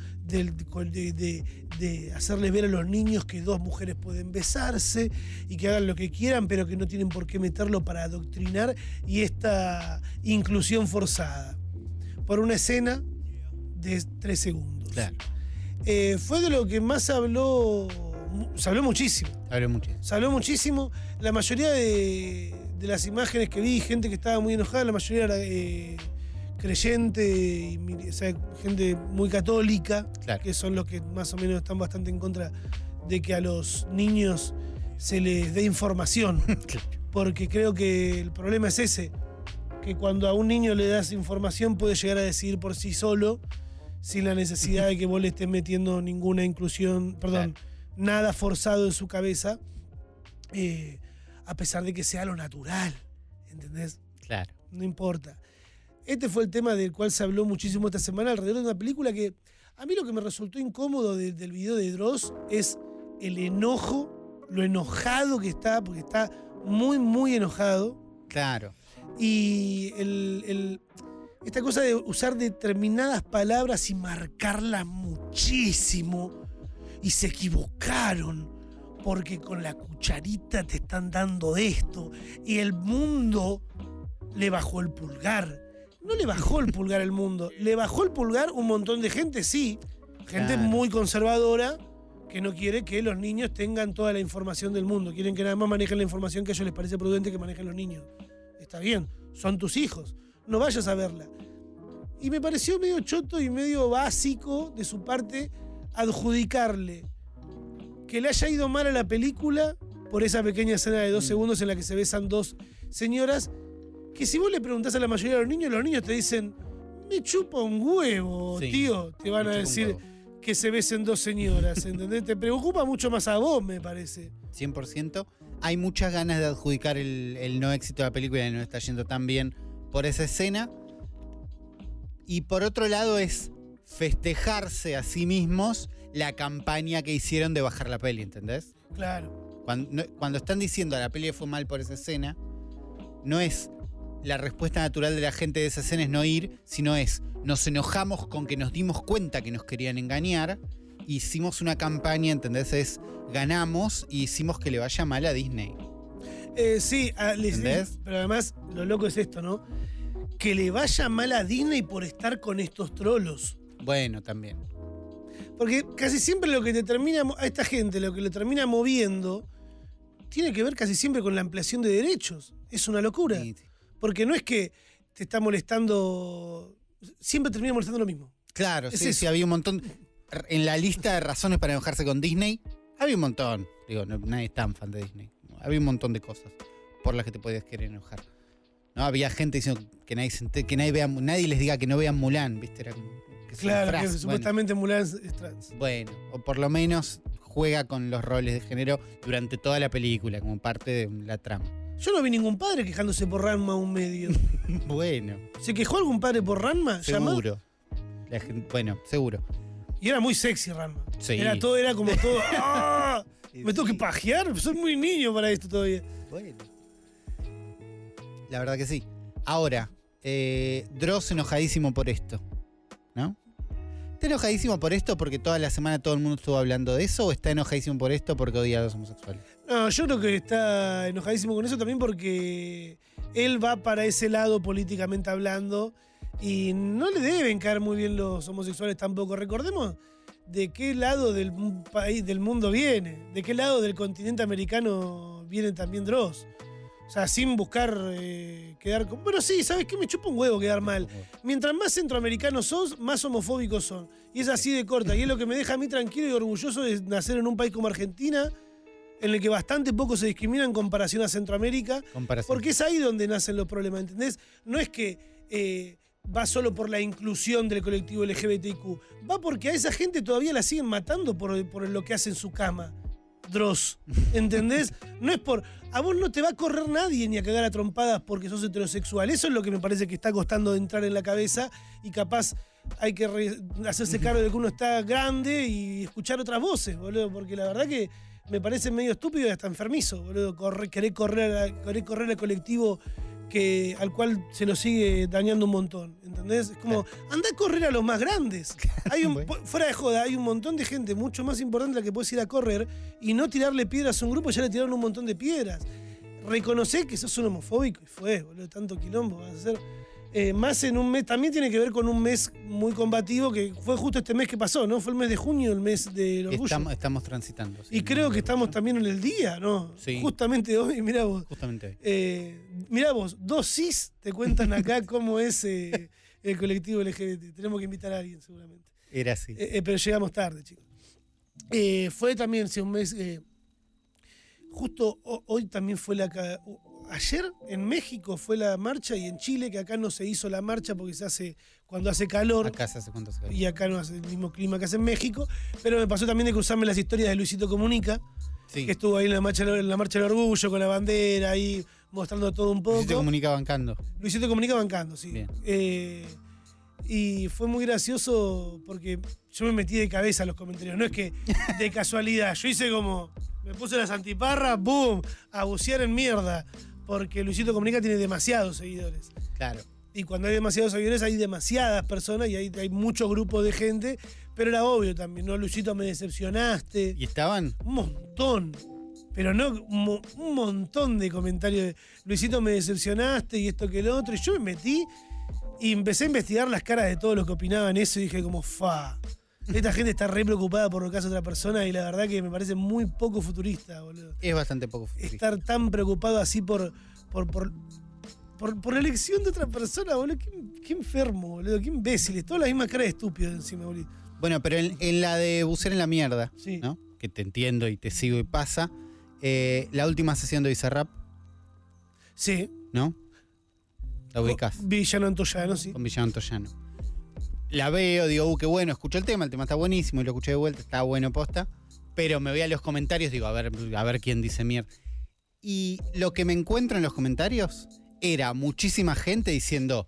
de hacerles ver a los niños que dos mujeres pueden besarse y que hagan lo que quieran, pero que no tienen por qué meterlo para adoctrinar, y esta inclusión forzada por una escena de 3 segundos. Claro. Fue de lo que más se habló muchísimo. Se habló muchísimo. La mayoría de las imágenes que vi, gente que estaba muy enojada, la mayoría era creyente, o sea, gente muy católica, Claro. que son los que más o menos están bastante en contra de que a los niños se les dé información. Porque creo que el problema es ese, que cuando a un niño le das información puede llegar a decidir por sí solo, sin la necesidad de que vos le estés metiendo ninguna inclusión, nada forzado en su cabeza, a pesar de que sea lo natural, ¿entendés? Claro. No importa. Este fue el tema del cual se habló muchísimo esta semana alrededor de una película que a mí lo que me resultó incómodo del video de Dross es el enojo, lo enojado que está, porque está muy, muy enojado. Claro. Y esta cosa de usar determinadas palabras y marcarlas muchísimo, y se equivocaron porque con la cucharita te están dando esto, y el mundo le bajó el pulgar. No le bajó el pulgar al mundo, le bajó el pulgar un montón de gente, sí, gente Claro. muy conservadora que no quiere que los niños tengan toda la información del mundo, quieren que nada más manejen la información que a ellos les parece prudente que manejen los niños. Está bien, son tus hijos, no vayas a verla. Y me pareció medio choto y medio básico de su parte adjudicarle que le haya ido mal a la película por esa pequeña escena de 2 segundos en la que se besan dos señoras, que si vos le preguntás a la mayoría de los niños te dicen, me chupa un huevo, Sí, tío. Te van a me chupa un decir huevo. que se besen dos señoras, ¿entendés? Te preocupa mucho más a vos, me parece. 100%. Hay muchas ganas de adjudicar el no éxito de la película y no está yendo tan bien por esa escena. Y por otro lado es festejarse a sí mismos la campaña que hicieron de bajar la peli, ¿entendés? Claro. Cuando están diciendo a la peli fue mal por esa escena, no es la respuesta natural de la gente de esa escena es no ir, sino es nos enojamos con que nos dimos cuenta que nos querían engañar, hicimos una campaña, ¿entendés? Es ganamos y hicimos que le vaya mal a Disney. Sí, ¿Entendés? pero además lo loco es esto, ¿no? Que le vaya mal a Disney por estar con estos trolos. Bueno, también. Porque casi siempre lo que te termina, a esta gente, lo que lo termina moviendo, tiene que ver casi siempre con la ampliación de derechos. Es una locura. Sí. Porque no es que te está molestando, siempre termina molestando lo mismo. Claro, Es sí, eso. sí, había un montón. En la lista de razones para enojarse con Disney, había un montón. Digo, nadie es tan fan de Disney. Había un montón de cosas por las que te podías querer enojar. ¿No? Había gente diciendo que nadie les diga que no vean Mulan, ¿viste? Era como que es una Claro, que frase. supuestamente Mulan es trans. Bueno, o por lo menos juega con los roles de género durante toda la película, como parte de la trama. Yo no vi ningún padre quejándose por Ranma un medio. Bueno, ¿Se quejó algún padre por Ranma? ¿Llamado? seguro. Bueno, seguro. Y era muy sexy Ranma. Sí. Era como todo. ¡Ah! ¿Me tengo que pajear? Soy muy niño para esto todavía. Bueno. La verdad que sí. Ahora, Dross enojadísimo por esto, ¿no? ¿Está enojadísimo por esto porque toda la semana todo el mundo estuvo hablando de eso o está enojadísimo por esto porque odia a los homosexuales? No, yo creo que está enojadísimo con eso también porque él va para ese lado políticamente hablando y no le deben caer muy bien los homosexuales tampoco. Recordemos de qué lado del país, del mundo viene, de qué lado del continente americano viene también Dross. O sea, sin buscar quedar... Bueno, sí, ¿sabes qué? Me chupa un huevo quedar mal. Mientras más centroamericanos sos, más homofóbicos son. Y es así de corta. Y es lo que me deja a mí tranquilo y orgulloso de nacer en un país como Argentina, en el que bastante poco se discrimina en comparación a Centroamérica. Porque es ahí donde nacen los problemas, ¿entendés? No es que va solo por la inclusión del colectivo LGBTIQ. Va porque a esa gente todavía la siguen matando por lo que hace en su cama. Dross, ¿entendés? No es por... A vos no te va a correr nadie ni a cagar a trompadas porque sos heterosexual. Eso es lo que me parece que está costando de entrar en la cabeza y capaz hay que hacerse cargo de que uno está grande y escuchar otras voces, boludo, porque la verdad que me parece medio estúpido y hasta enfermizo, boludo, querer correr al colectivo al cual se lo sigue dañando un montón, ¿entendés? Es como, anda a correr a los más grandes. Fuera de joda, hay un montón de gente mucho más importante a la que puedes ir a correr y no tirarle piedras a un grupo, ya le tiraron un montón de piedras. Reconocé que sos un homofóbico y fue, boludo, tanto quilombo vas a hacer. Más en un mes, también tiene que ver con un mes muy combativo, que fue justo este mes que pasó, ¿no? Fue el mes de junio, el mes del orgullo. Estamos transitando. Sí, y creo que estamos también en el día, ¿no? Sí. Justamente hoy, mirá vos. Justamente hoy. Mirá vos, 2 cis te cuentan acá cómo es el colectivo LGBT. Tenemos que invitar a alguien, seguramente. Era así. Pero llegamos tarde, chicos. Fue también, sí, un mes... justo hoy también fue ayer en México fue la marcha y en Chile, que acá no se hizo la marcha porque se hace cuando hace calor. Acá se hace cuando hace calor. Y acá no hace el mismo clima que hace en México. Pero me pasó también de cruzarme las historias de Luisito Comunica, Sí. que estuvo ahí en la marcha del orgullo con la bandera, ahí mostrando todo un poco. Luisito Comunica bancando. Luisito Comunica bancando, sí. Bien. Y fue muy gracioso porque yo me metí de cabeza en los comentarios. No es que de casualidad. Yo hice como... Me puse las antiparras, ¡boom! A bucear en mierda. Porque Luisito Comunica tiene demasiados seguidores. Claro. Y cuando hay demasiados seguidores hay demasiadas personas y hay muchos grupos de gente. Pero era obvio también, ¿no? Luisito, me decepcionaste. ¿Y estaban? Un montón. Pero no, un montón de comentarios de Luisito, me decepcionaste y esto que lo otro. Y yo me metí y empecé a investigar las caras de todos los que opinaban eso y dije como, esta gente está re preocupada por lo que hace otra persona y la verdad que me parece muy poco futurista, boludo. Es bastante poco futurista. Estar tan preocupado así por la elección de otra persona, boludo. Qué enfermo, boludo. Qué imbéciles. Todas las mismas caras de estúpidos encima, boludo. Bueno, pero en la de bucear en la mierda, Sí. ¿no? Que te entiendo y te sigo y pasa. La última sesión de Bizarrap, Sí. ¿no? La ubicás. Villano Antoyano, sí. Con Villano Antoyano. La veo, digo, qué bueno, escucho el tema está buenísimo y lo escuché de vuelta, está bueno posta. Pero me voy a los comentarios, digo, a ver quién dice mierda. Y lo que me encuentro en los comentarios era muchísima gente diciendo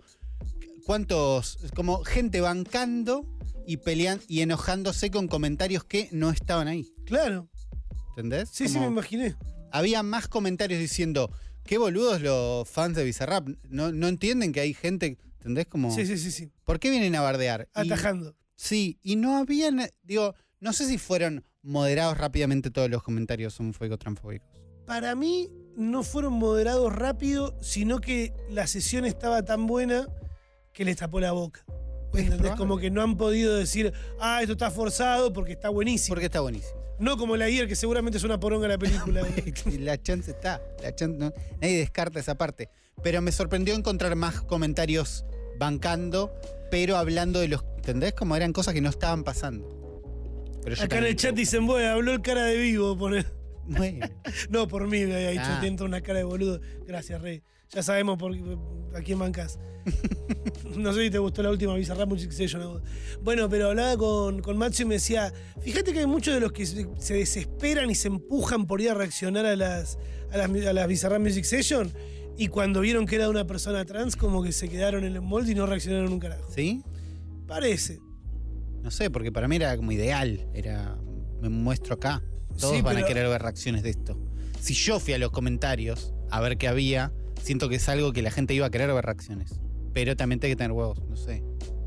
como gente bancando y peleando y enojándose con comentarios que no estaban ahí. Claro. ¿Entendés? Sí, sí, Como me imaginé. había más comentarios diciendo, qué boludos los fans de Bizarrap, no entienden que hay gente, ¿entendés? Como, Sí. ¿por qué vienen a bardear? Atajando. Sí, y no habían, digo, no sé si fueron moderados rápidamente todos los comentarios homofóbicos, transfóbicos. Para mí no fueron moderados rápido, sino que la sesión estaba tan buena que les tapó la boca. ¿Entendés? probable. Como que no han podido decir, esto está forzado porque está buenísimo. Porque está buenísimo. No como la Ayer, que seguramente es una poronga la película. La chance está, nadie descarta esa parte. Pero me sorprendió encontrar más comentarios bancando, pero hablando de los, ¿entendés? Como eran cosas que no estaban pasando. Pero yo Acá en el chat dicen, habló el cara de vivo, poner. Bueno, No, por mí me había dicho, Ah. te entra una cara de boludo. Gracias, Rey. Ya sabemos a quién bancás. No sé si te gustó la última Bizarrap Music Session a vos. Bueno, pero hablaba con Macho y me decía, fíjate que hay muchos de los que se desesperan y se empujan por ir a reaccionar a las Bizarrap Music Session y cuando vieron que era una persona trans como que se quedaron en el molde y no reaccionaron un carajo. ¿sí? Parece. No sé, porque para mí era como ideal. Era, me muestro acá. Todos Sí, van a pero- querer ver reacciones de esto. Si yo fui a los comentarios a ver qué había, siento que es algo que la gente iba a querer ver reacciones. Pero también hay que tener huevos, no sé.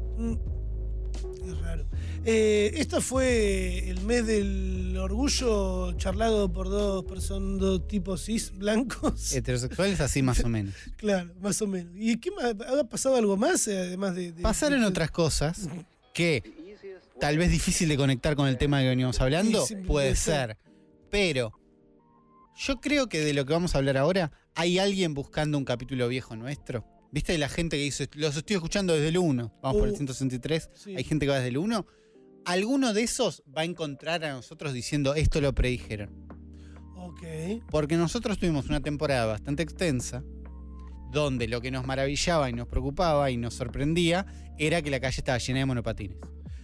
Es raro. Esto fue el mes del orgullo charlado por dos tipos cis blancos. Heterosexuales así más o menos. Claro, más o menos. ¿Y qué más? ¿Ha pasado algo más? Además de Pasaron otras cosas que tal vez difícil de conectar con el tema que veníamos hablando, Sí, sí, puede puede ser. Pero yo creo que de lo que vamos a hablar ahora, hay alguien buscando un capítulo viejo nuestro. ¿Viste la gente que dice, los estoy escuchando desde el 1? Vamos por el 163. Sí. Hay gente que va desde el 1. Alguno de esos va a encontrar a nosotros diciendo, esto lo predijeron. Ok. Porque nosotros tuvimos una temporada bastante extensa, donde lo que nos maravillaba y nos preocupaba y nos sorprendía era que la calle estaba llena de monopatines.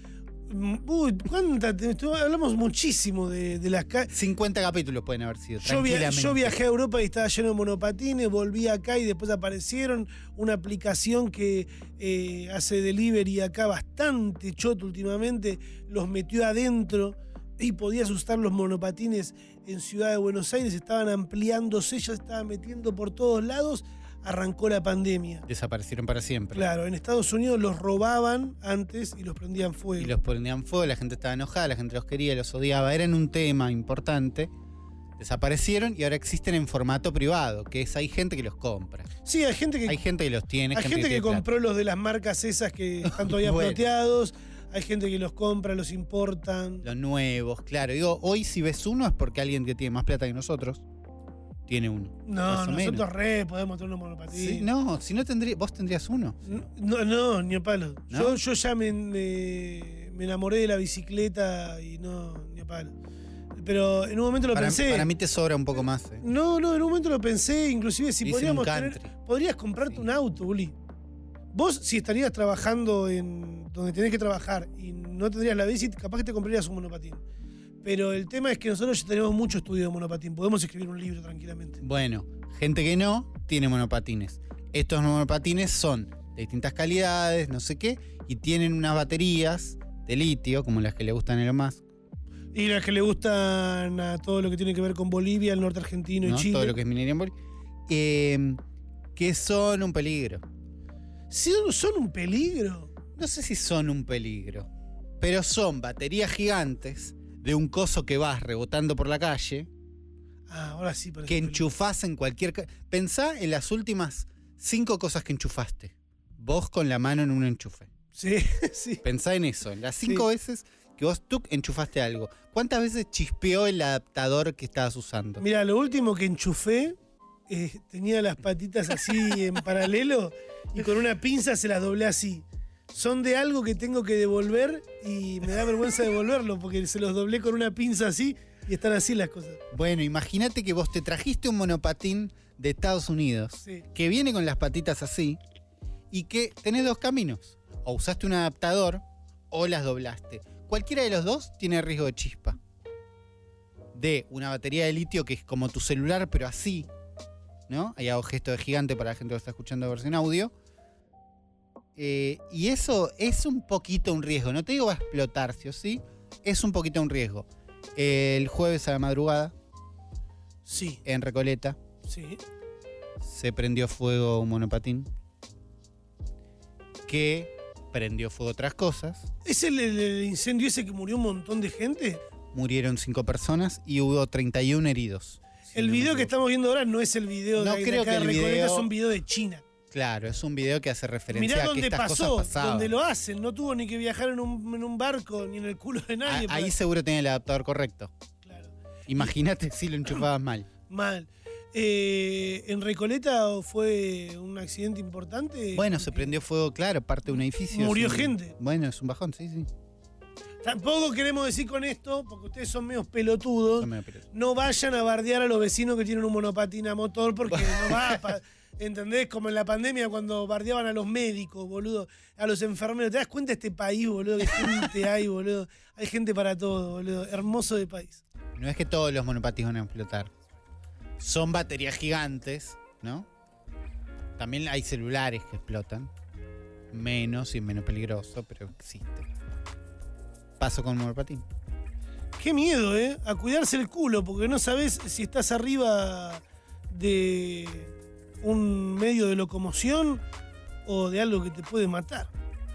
Uy, hablamos muchísimo de las calles. 50 capítulos pueden haber sido, Yo tranquilamente. viajé a Europa y estaba lleno de monopatines, volví acá y después aparecieron una aplicación que hace delivery acá bastante choto últimamente, los metió adentro y podías usar los monopatines en Ciudad de Buenos Aires, estaban ampliándose, ya se estaban metiendo por todos lados, arrancó la pandemia. Desaparecieron para siempre. Claro, en Estados Unidos los robaban antes y los prendían fuego. Y los prendían fuego, la gente estaba enojada, la gente los quería, los odiaba. Eran un tema importante. Desaparecieron y ahora existen en formato privado, que es hay gente que los compra. Sí, hay gente que Hay gente que los tiene, Hay gente que tiene plata. compró los de las marcas esas que están todavía Bueno. ploteados. Hay gente que los compra, los importan. Los nuevos, claro. Digo, hoy si ves uno es porque alguien que tiene más plata que nosotros tiene uno. No, Más o nosotros menos. podemos tener unos monopatines. Sí, no, si no tendría, vos tendrías uno. No, ni a palo. ¿No? Yo ya me enamoré de la bicicleta y no, ni a palo. Pero en un momento lo pensé. Para mí te sobra un poco más. No, en un momento lo pensé, inclusive si Dicen un podríamos country. podrías comprarte Sí. un auto, Uli. Vos, si estarías trabajando en donde tenés que trabajar y no tendrías la bici, capaz que te comprarías un monopatín. Pero el tema es que nosotros ya tenemos mucho estudio de monopatín. Podemos escribir un libro tranquilamente. Bueno, gente que no tiene monopatines. Estos monopatines son de distintas calidades, no sé qué, y tienen unas baterías de litio, como las que le gustan a Elon Musk, Y las que le gustan a todo lo que tiene que ver con Bolivia, el norte argentino ¿no? y Chile. Todo lo que es minería en Bolivia, que son un peligro. Sí, son un peligro. No sé si son un peligro, pero son baterías gigantes de un coso que vas rebotando por la calle, Ah, ahora sí parece que un peligro. enchufás en cualquier... Pensá en las últimas 5 cosas que enchufaste. Vos con la mano en un enchufe. Sí, sí. Pensá en eso, en las 5 veces que vos tú enchufaste algo. ¿Cuántas veces chispeó el adaptador que estabas usando? Mira, lo último que enchufé tenía las patitas así en paralelo y con una pinza se las doblé así. Son de algo que tengo que devolver y me da vergüenza devolverlo porque se los doblé con una pinza así y están así las cosas. Bueno, imagínate que vos te trajiste un monopatín de Estados Unidos Sí. que viene con las patitas así y que tenés dos caminos. O usaste un adaptador o las doblaste. Cualquiera de los dos tiene riesgo de chispa. De una batería de litio que es como tu celular, pero así, ¿no? Ahí hago gesto de gigante para la gente que está escuchando versión audio. Y eso es un poquito un riesgo. No te digo va a explotar, ¿sí o sí? Es un poquito un riesgo. El jueves a la madrugada, Sí, en Recoleta, sí. se prendió fuego un monopatín que prendió fuego otras cosas. ¿Es el incendio ese que murió un montón de gente? Murieron 5 personas y hubo 31 heridos. Si El no me video que equivoco. estamos viendo ahora no es el video No de creo acá que de el Recoleta, video- es un video de China. Claro, es un video que hace referencia Mirá a que dónde estas pasó, cosas pasaban. donde lo hacen. No tuvo ni que viajar en un barco ni en el culo de nadie. Ahí para- seguro tenía el adaptador correcto. Claro. Imagínate si lo enchufabas mal. Mal. ¿En Recoleta fue un accidente importante? Bueno, se prendió fuego, claro, parte de un edificio. Murió es un- gente. Bueno, es un bajón, sí, sí. Tampoco queremos decir con esto, porque ustedes son medios pelotudos, no vayan a bardear a los vecinos que tienen un monopatín a motor, porque no va ¿entendés? Como en la pandemia cuando bardeaban a los médicos, boludo, a los enfermeros. ¿Te das cuenta de este país, boludo? ¿Qué gente hay, boludo? Hay gente para todo, boludo. Hermoso de país. No es que todos los monopatines van a explotar. Son baterías gigantes, ¿no? También hay celulares que explotan. Menos y menos peligroso, pero existe. Paso con un monopatín. Qué miedo, ¿eh? A cuidarse el culo, porque no sabes si estás arriba de un medio de locomoción o de algo que te puede matar.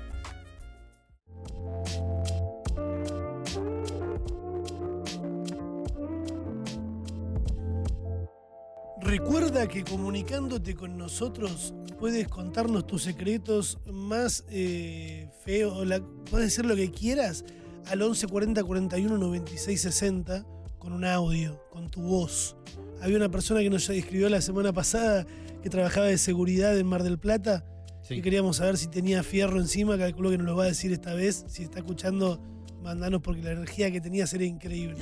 Recuerda que comunicándote con nosotros puedes contarnos tus secretos más feos, puedes decir lo que quieras al 11 40 41 96 60 con un audio, con tu voz. Había una persona que nos escribió la semana pasada que trabajaba de seguridad en Mar del Plata, que queríamos saber si tenía fierro encima, calculo que nos lo va a decir esta vez. Si está escuchando, mandanos porque la energía que tenías era increíble.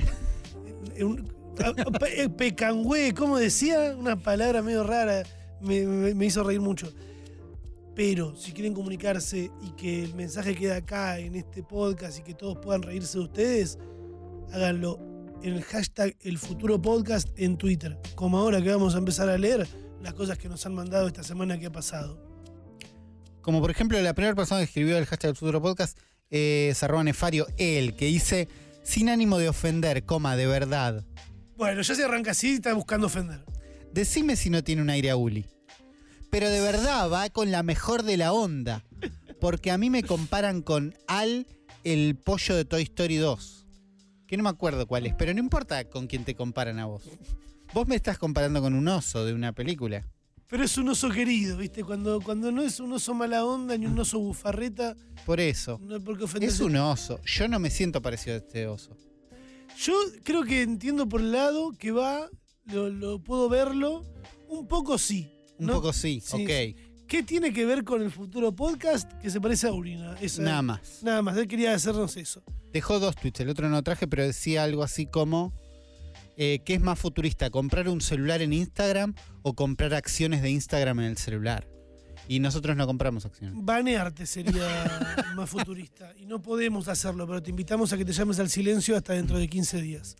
Pecangüe, ¿cómo decía? Una palabra medio rara, me hizo reír mucho. Pero si quieren comunicarse y que el mensaje quede acá en este podcast y que todos puedan reírse de ustedes, háganlo en el hashtag #ElFuturoPodcast en Twitter. Como ahora que vamos a empezar a leer las cosas que nos han mandado esta semana que ha pasado. Como por ejemplo la primera persona que escribió el hashtag #ElFuturoPodcast es @Nefario, que dice: sin ánimo de ofender, de verdad. Bueno, ya se arranca así, está buscando ofender. Decime si no tiene un aire a Uli. Pero de verdad va con la mejor de la onda. Porque a mí me comparan con Al, el pollo de Toy Story 2. Que no me acuerdo cuál es, pero no importa con quién te comparan a vos. Vos me estás comparando con un oso de una película. Pero es un oso querido, ¿viste? Cuando no es un oso mala onda ni un oso bufarreta. Por eso. No hay por qué ofenderse. Es un oso. Yo no me siento parecido a este oso. Yo creo que entiendo por el lado que va, lo puedo verlo. Un poco sí. Un poco sí, ok. ¿Qué tiene que ver con el futuro podcast que se parece a Urina? Nada más. Nada más, él quería hacernos eso. Dejó 2 tweets, el otro no traje, pero decía algo así como: ¿qué es más futurista? ¿Comprar un celular en Instagram o comprar acciones de Instagram en el celular? Y nosotros no compramos acciones. Banearte sería más futurista. Y no podemos hacerlo, pero te invitamos a que te llames al silencio hasta dentro de 15 días.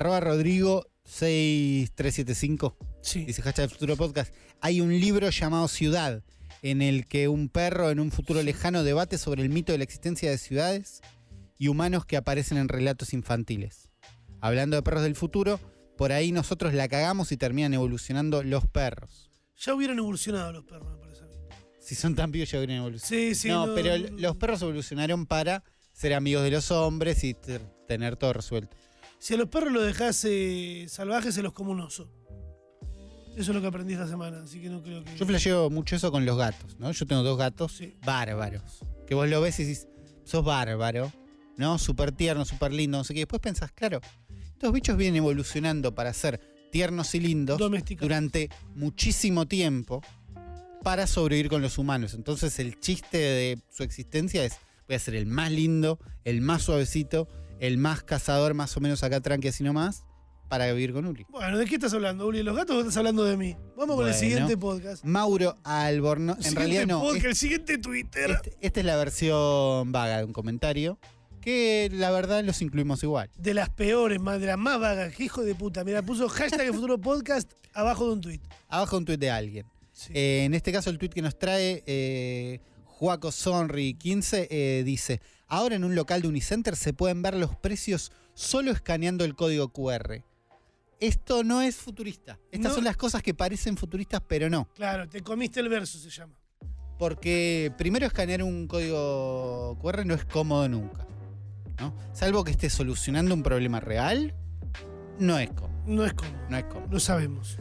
@Rodrigo6375. Sí. Dice hashtag Futuro Podcast. Hay un libro llamado Ciudad, en el que un perro en un futuro lejano debate sobre el mito de la existencia de ciudades y humanos que aparecen en relatos infantiles. Hablando de perros del futuro, por ahí nosotros la cagamos y terminan evolucionando los perros. Ya hubieran evolucionado los perros, me parece a mí. Si son tan vivos ya hubieran evolucionado. Sí, no, pero los perros evolucionaron para ser amigos de los hombres y tener todo resuelto. Si a los perros los dejás salvajes, se los come un oso. Eso es lo que aprendí esta semana, así que no creo que... Yo flasheo mucho eso con los gatos, ¿no? Yo tengo 2 gatos bárbaros. Que vos lo ves y decís, sos bárbaro, ¿no? Súper tierno, súper lindo, no sé qué. Después pensás, claro, estos bichos vienen evolucionando para ser tiernos y lindos durante muchísimo tiempo para sobrevivir con los humanos. Entonces el chiste de su existencia es: voy a ser el más lindo, el más suavecito, el más cazador, más o menos acá tranqui así nomás, para vivir con Uli. Este Bueno, ¿de qué estás hablando, Uli? ¿Los gatos o estás hablando de mí? Vamos con el siguiente podcast. Mauro Albornoz. En realidad no. El siguiente Twitter. Esta es la versión vaga de un comentario que la verdad los incluimos igual. De las peores, de las más vagas. ¡Qué hijo de puta! Mira, puso hashtag el futuro podcast abajo de un tweet. Abajo de un tweet de alguien. Sí. En este caso el tweet que nos trae Juaco Sonri 15 dice: ahora en un local de Unicenter se pueden ver los precios solo escaneando el código QR. Esto no es futurista. Estas son las cosas que parecen futuristas, pero no. Claro, te comiste el verso, se llama. Porque primero escanear un código QR no es cómodo nunca, ¿no? Salvo que esté solucionando un problema real, no es cómodo. No es cómodo. No es cómodo. Lo sabemos.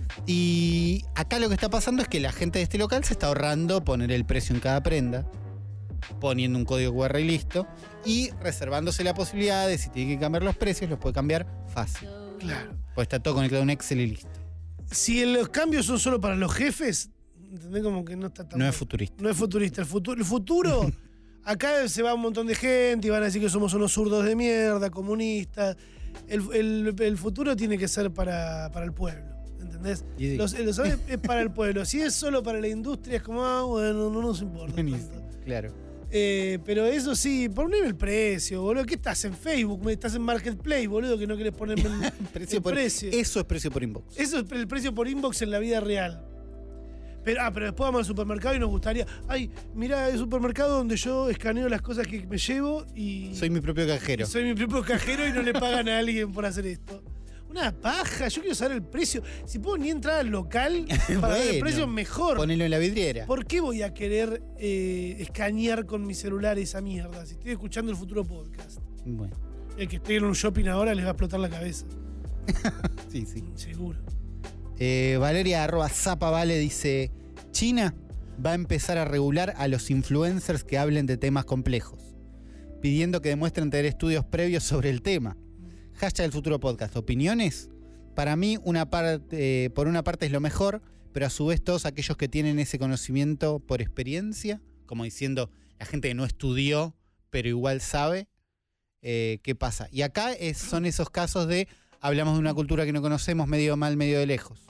Y acá lo que está pasando es que la gente de este local se está ahorrando poner el precio en cada prenda, poniendo un código QR y listo, y reservándose la posibilidad de, si tiene que cambiar los precios, los puede cambiar fácil. Claro. Pues está todo conectado a un Excel y listo. Si los cambios son solo para los jefes, ¿entendés? Como que no está tan No bueno. es futurista. No es futurista. El futuro Acá se va un montón de gente y van a decir que somos unos zurdos de mierda, comunistas. El futuro tiene que ser para el pueblo, ¿entendés? Es para el pueblo. Si es solo para la industria, es como, bueno, no nos importa tanto. Claro. Pero eso sí, poneme el precio, boludo. ¿Qué estás en Facebook? ¿Estás en Marketplace, boludo? Que no querés ponerme el precio. Eso es precio por inbox. Eso es el precio por inbox en la vida real. Pero después vamos al supermercado y nos gustaría. Ay, mirá, el supermercado donde yo escaneo las cosas que me llevo y. Soy mi propio cajero. Soy mi propio cajero y no le pagan a alguien por hacer esto. Una paja, yo quiero saber el precio. Si puedo ni entrar al local para ver el precio, mejor. Ponelo en la vidriera. ¿Por qué voy a querer escanear con mi celular esa mierda? Si estoy escuchando el Futuro Podcast. Bueno. El que esté en un shopping ahora les va a explotar la cabeza. Sí. Seguro. Valeria @zapavale dice: China va a empezar a regular a los influencers que hablen de temas complejos, pidiendo que demuestren tener estudios previos sobre el tema. Hashtag el Futuro Podcast. ¿Opiniones? Para mí, por una parte es lo mejor, pero a su vez todos aquellos que tienen ese conocimiento por experiencia, como diciendo la gente que no estudió, pero igual sabe, ¿qué pasa? Y acá son esos casos de hablamos de una cultura que no conocemos, medio mal, medio de lejos.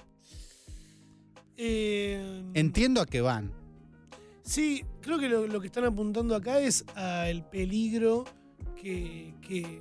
Entiendo a qué van. Sí, creo que lo que están apuntando acá es al peligro que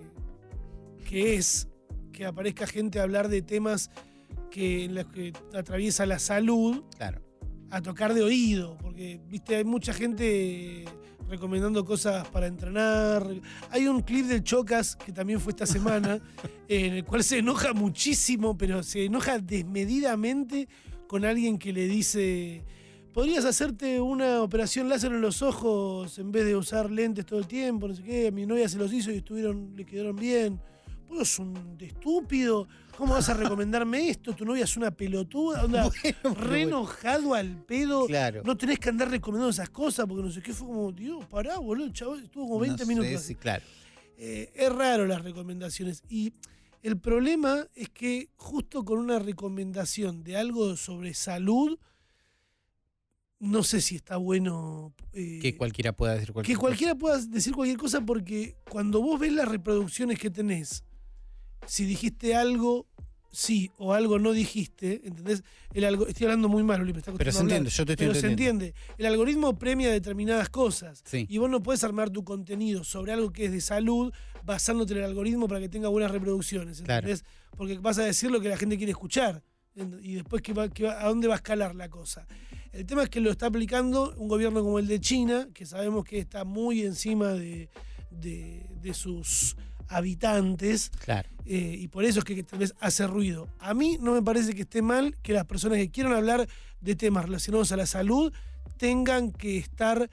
es que aparezca gente a hablar de temas en los que atraviesa la salud. Claro. A tocar de oído, porque viste, hay mucha gente recomendando cosas para entrenar. Hay un clip del Chocas que también fue esta semana, en el cual se enoja muchísimo, pero se enoja desmedidamente con alguien que le dice: podrías hacerte una operación láser en los ojos en vez de usar lentes todo el tiempo, no sé qué. Mi novia se los hizo y le quedaron bien. Vos sos un estúpido. ¿Cómo vas a recomendarme esto? Tu novia es una pelotuda. Onda, re enojado al pedo. Claro. No tenés que andar recomendando esas cosas porque no sé qué. Fue como, Dios, pará, boludo. El chaval estuvo como 20 minutos. Sí, claro. Es raro las recomendaciones. Y el problema es que justo con una recomendación de algo sobre salud, no sé si está bueno. Que cualquiera pueda decir cualquier cosa. Que cualquiera pueda decir cualquier cosa, porque cuando vos ves las reproducciones que tenés, si dijiste algo sí o algo no dijiste, ¿entendés? Estoy hablando muy mal, Uli, me está costando. Pero se entiende, yo te estoy Pero entendiendo. se entiende. El algoritmo premia determinadas cosas. Sí. Y vos no podés armar tu contenido sobre algo que es de salud basándote en el algoritmo para que tenga buenas reproducciones, ¿entendés? Claro. Porque vas a decir lo que la gente quiere escuchar. Y después, ¿a dónde va a escalar la cosa? El tema es que lo está aplicando un gobierno como el de China, que sabemos que está muy encima de sus habitantes. Claro. Y por eso es que tal vez hace ruido. A mí no me parece que esté mal que las personas que quieran hablar de temas relacionados a la salud tengan que estar...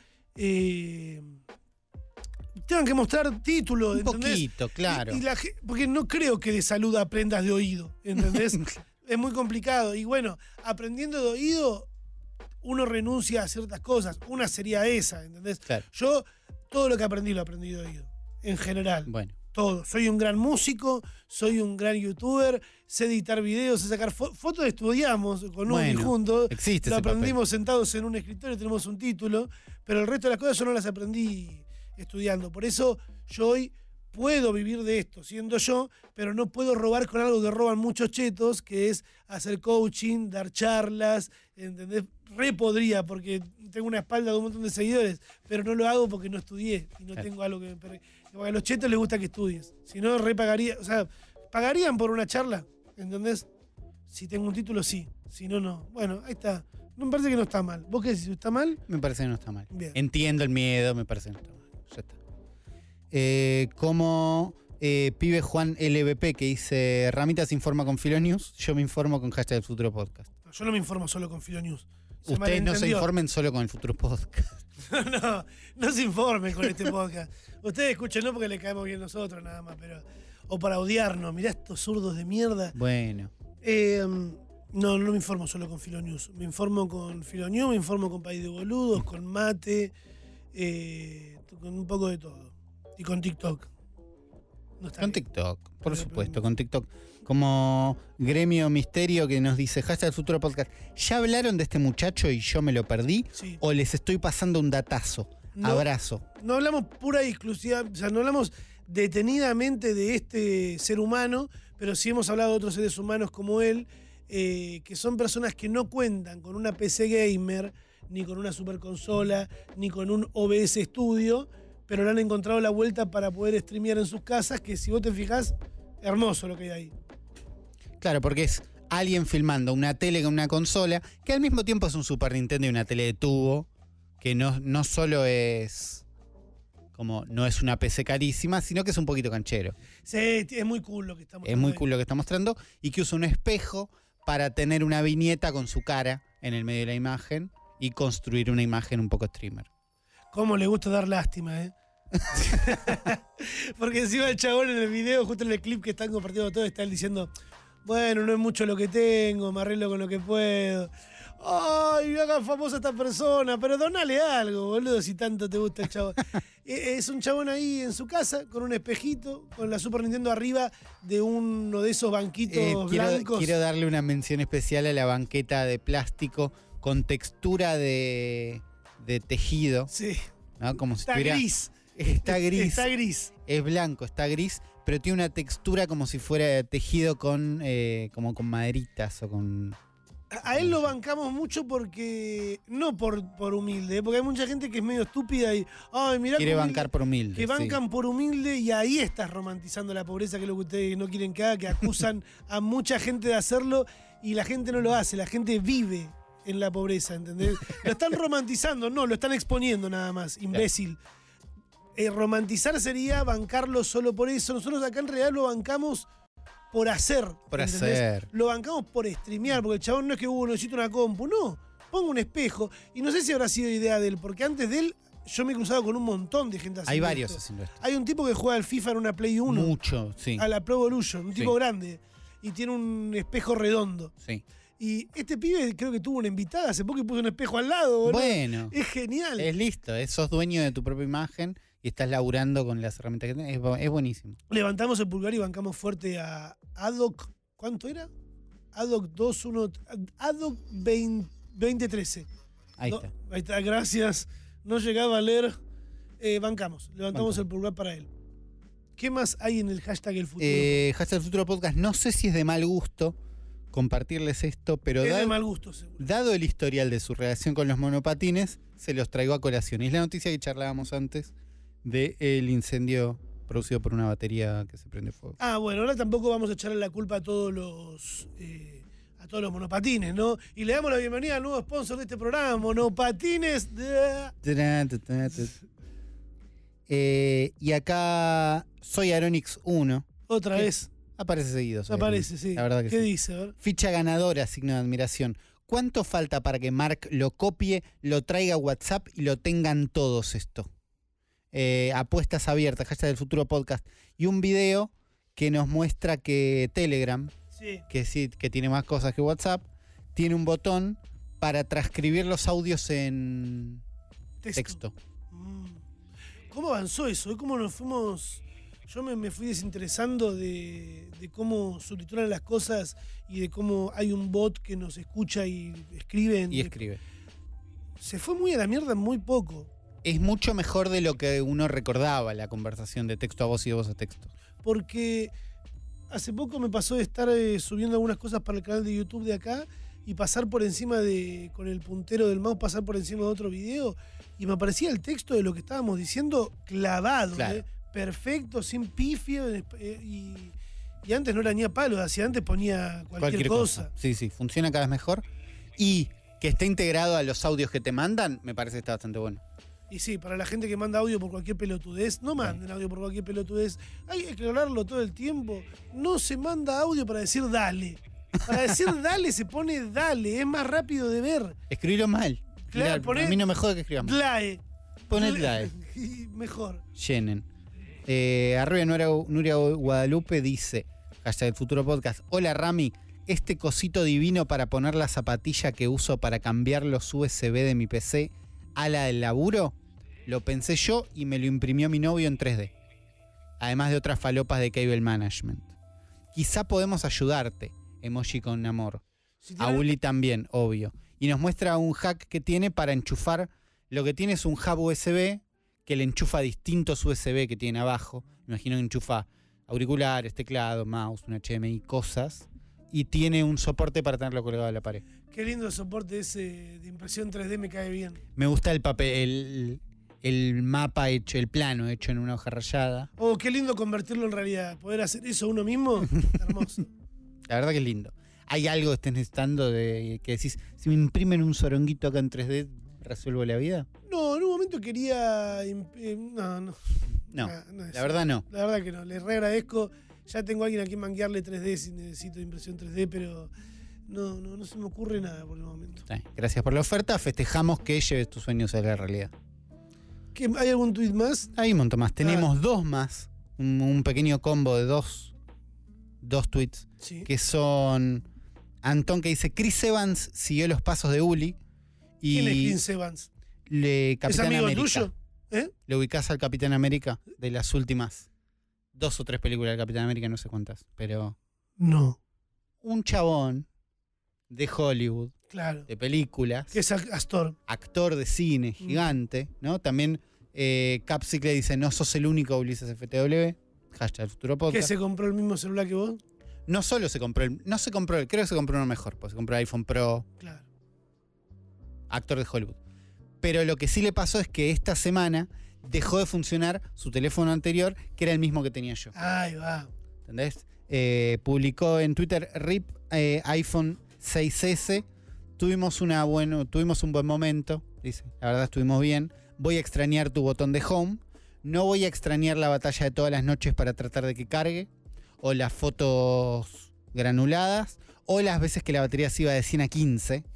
tengan que mostrar título, un ¿entendés? Poquito, claro. Porque no creo que de salud aprendas de oído, ¿entendés? Es muy complicado. Y bueno, aprendiendo de oído, uno renuncia a ciertas cosas. Una sería esa, ¿entendés? Claro. Yo, todo lo que aprendí, lo aprendí de oído. En general. Bueno. Todo. Soy un gran músico, soy un gran youtuber, sé editar videos, sé sacar fotos, estudiamos con Uli juntos. Existe lo ese aprendimos papel. sentados en un escritorio, tenemos un título, pero el resto de las cosas yo no las aprendí estudiando. Por eso yo hoy puedo vivir de esto, siendo yo, pero no puedo robar con algo que roban muchos chetos, que es hacer coaching, dar charlas, ¿entendés? Re podría, porque tengo una espalda de un montón de seguidores, pero no lo hago porque no estudié y no tengo algo que me permita. Porque a los chetos les gusta que estudies. Si no, re pagaría. O sea, pagarían por una charla, ¿entendés? Si tengo un título, sí. Si no, no. Bueno, ahí está. No me parece que no está mal. ¿Vos qué decís? ¿Está mal? Me parece que no está mal. Bien. Entiendo el miedo, me parece que no está mal. Ya está. Como pibe Juan LVP que dice: Ramita se informa con Filonews, yo me informo con hashtag del Futuro Podcast. Yo no me informo solo con Filonews. Ustedes no se informen solo con el Futuro Podcast. No se informen con este podcast. Ustedes escúchenlo porque le caemos bien nosotros nada más, pero o para odiarnos. Mirá estos zurdos de mierda. Bueno. No me informo solo con Filonews. Me informo con Filonews, me informo con País de Boludos, con Mate, con un poco de todo. Y con TikTok. No está con bien. TikTok, por supuesto, con TikTok. Como Gremio Misterio que nos dice, hashtag el Futuro Podcast, ¿ya hablaron de este muchacho y yo me lo perdí? Sí. ¿O les estoy pasando un datazo? Abrazo. No hablamos pura y exclusiva, o sea, no hablamos detenidamente de este ser humano, pero sí hemos hablado de otros seres humanos como él, que son personas que no cuentan con una PC gamer, ni con una superconsola, ni con un OBS Studio, pero le han encontrado la vuelta para poder streamear en sus casas, que si vos te fijás, hermoso lo que hay ahí. Claro, porque es alguien filmando una tele con una consola, que al mismo tiempo es un Super Nintendo y una tele de tubo, que no solo es como no es una PC carísima, sino que es un poquito canchero. Sí, es muy cool lo que estamos Es muy cool lo que está mostrando, y que usa un espejo para tener una viñeta con su cara en el medio de la imagen y construir una imagen un poco streamer. Cómo le gusta dar lástima, ¿eh? Porque encima el chabón en el video, justo en el clip que están compartiendo todos, está él diciendo, bueno, no es mucho lo que tengo, me arreglo con lo que puedo. Ay, haga famosa esta persona, pero donale algo, boludo, si tanto te gusta el chabón. Es un chabón ahí en su casa, con un espejito, con la Super Nintendo arriba de uno de esos banquitos blancos. Quiero darle una mención especial a la banqueta de plástico con textura de tejido. Sí. ¿No? Como si Está estuviera, gris. Está gris. Está gris. Es blanco, está gris, pero tiene una textura como si fuera tejido con como con maderitas o con... A él lo bancamos mucho porque, no por humilde, porque hay mucha gente que es medio estúpida y, ay, mirá Quiere cómo bancar por humilde. que bancan por humilde, y ahí estás romantizando la pobreza, que es lo que ustedes no quieren que haga, que acusan a mucha gente de hacerlo y la gente no lo hace, la gente vive en la pobreza, ¿entendés? Lo están romantizando, no, lo están exponiendo nada más, imbécil. Romantizar sería bancarlo solo por eso. Nosotros acá en realidad lo bancamos por hacer. Por ¿entendés? hacer. Lo bancamos por streamear, porque el chabón no es que necesito una compu, no. Pongo un espejo. Y no sé si habrá sido idea de él, porque antes de él yo me he cruzado con un montón de gente haciendo Hay varios esto. haciendo esto. Hay un tipo que juega al FIFA en una Play 1. Mucho, sí. A la Pro Evolution, un tipo Sí. grande. Y tiene un espejo redondo. Sí. Y este pibe creo que tuvo una invitada hace poco y puso un espejo al lado, boludo. Bueno, Es genial. es listo. Sos dueño de tu propia imagen y estás laburando con las herramientas que tenés. Es buenísimo. Levantamos el pulgar y bancamos fuerte a Adoc. ¿Cuánto era? Adoc 21. Adoc 2013. Ahí No, está. ahí está, gracias. No llegaba a leer. Bancamos. Levantamos Bancamos. el pulgar para él. ¿Qué más hay en el hashtag El Futuro? Hashtag El Futuro Podcast. No sé si es de mal gusto compartirles esto, pero es de mal gusto, seguro. dado el historial de su relación con los monopatines, se los traigo a colación. Y es la noticia que charlábamos antes del incendio producido por una batería que se prende fuego. Ah, bueno, ahora tampoco vamos a echarle la culpa a todos los monopatines, ¿no? Y le damos la bienvenida al nuevo sponsor de este programa, Monopatines. Y acá soy Aronix 1. Otra ¿Qué? vez. Aparece seguido. Soy Aparece, Aronix. sí. La verdad que ¿Qué sí. dice? A ver. Ficha ganadora, signo de admiración. ¿Cuánto falta para que Mark lo copie, lo traiga a WhatsApp y lo tengan todos esto? Apuestas abiertas, hashtag del futuro podcast. Y un video que nos muestra que Telegram, Sí. que sí, que tiene más cosas que WhatsApp, tiene un botón para transcribir los audios en texto. Mm. ¿Cómo avanzó eso? ¿Y cómo nos fuimos? Yo me fui desinteresando de cómo subtitulan las cosas y de cómo hay un bot que nos escucha y escribe. Y escribe. Se fue muy a la mierda en muy poco. Es mucho mejor de lo que uno recordaba la conversación de texto a voz y de voz a texto. Porque hace poco me pasó de estar subiendo algunas cosas para el canal de YouTube de acá y pasar por encima con el puntero del mouse, pasar por encima de otro video y me aparecía el texto de lo que estábamos diciendo clavado, Claro. Perfecto, sin pifia, y antes no era ni a palo, hacia antes ponía cualquier cosa. Sí, sí, funciona cada vez mejor. Y que esté integrado a los audios que te mandan, me parece que está bastante bueno. Y sí, para la gente que manda audio por cualquier pelotudez, no manden audio por cualquier pelotudez. Hay que aclararlo todo el tiempo. No se manda audio para decir dale. Para decir dale se pone dale, es más rápido de ver. Escribilo mal. Claro, Mirá, a mí no me jode que escribas mal. Dlae. Poné dlae. Y mejor. Llenen. Arriba Nuria Guadalupe dice, hashtag el futuro podcast, hola Rami, este cosito divino para poner la zapatilla que uso para cambiar los USB de mi PC a la del laburo, lo pensé yo y me lo imprimió mi novio en 3D. Además de otras falopas de cable management. Quizá podemos ayudarte, emoji con amor. Si A tienen- Uli también, obvio. Y nos muestra un hack que tiene para enchufar. Lo que tiene es un hub USB que le enchufa distintos USB que tiene abajo. Me imagino que enchufa auriculares, teclado, mouse, un HDMI, cosas. Y tiene un soporte para tenerlo colgado a la pared. Qué lindo el soporte ese de impresión 3D, me cae bien. Me gusta el papel, el mapa hecho, el plano hecho en una hoja rayada. Oh, qué lindo convertirlo en realidad. Poder hacer eso uno mismo, hermoso. La verdad que es lindo. ¿Hay algo que estés necesitando de que decís, si me imprimen un soronguito acá en 3D, resuelvo la vida? No, en un momento quería... No. No, es la verdad no. La verdad que no. Le re agradezco. Ya tengo a alguien a quien manguearle 3D si necesito impresión 3D, pero no se me ocurre nada por el momento. Gracias por la oferta. Festejamos que lleves tus sueños a la realidad. ¿Hay algún tuit más? Hay un montón más. Tenemos dos más. Un pequeño combo de dos tweets. Sí. Que son Antón, que dice: Chris Evans siguió los pasos de Uli. Y ¿Quién es Chris Evans? ¿Es ¿Es amigo América. tuyo? ¿Eh? ¿Le ubicás al Capitán América? De las últimas 2 o 3 películas del Capitán América, no sé cuántas. Pero No. un chabón de Hollywood, Claro. de películas, Que es Astor. actor de cine, gigante, ¿no? También Capsic le dice: no sos el único Ulises FTW. Hashtag Futuro ¿Que Podcast. se compró el mismo celular que vos? No solo se compró creo que se compró uno mejor, pues se compró el iPhone Pro, Claro. actor de Hollywood. Pero lo que sí le pasó es que esta semana dejó de funcionar su teléfono anterior, que era el mismo que tenía yo. Ahí va. ¿Entendés? Publicó en Twitter: RIP iPhone 6S. Tuvimos un buen momento. Dice: la verdad estuvimos bien. Voy a extrañar tu botón de home. No voy a extrañar la batalla de todas las noches para tratar de que cargue. O las fotos granuladas. O las veces que la batería se iba de 100 a 15.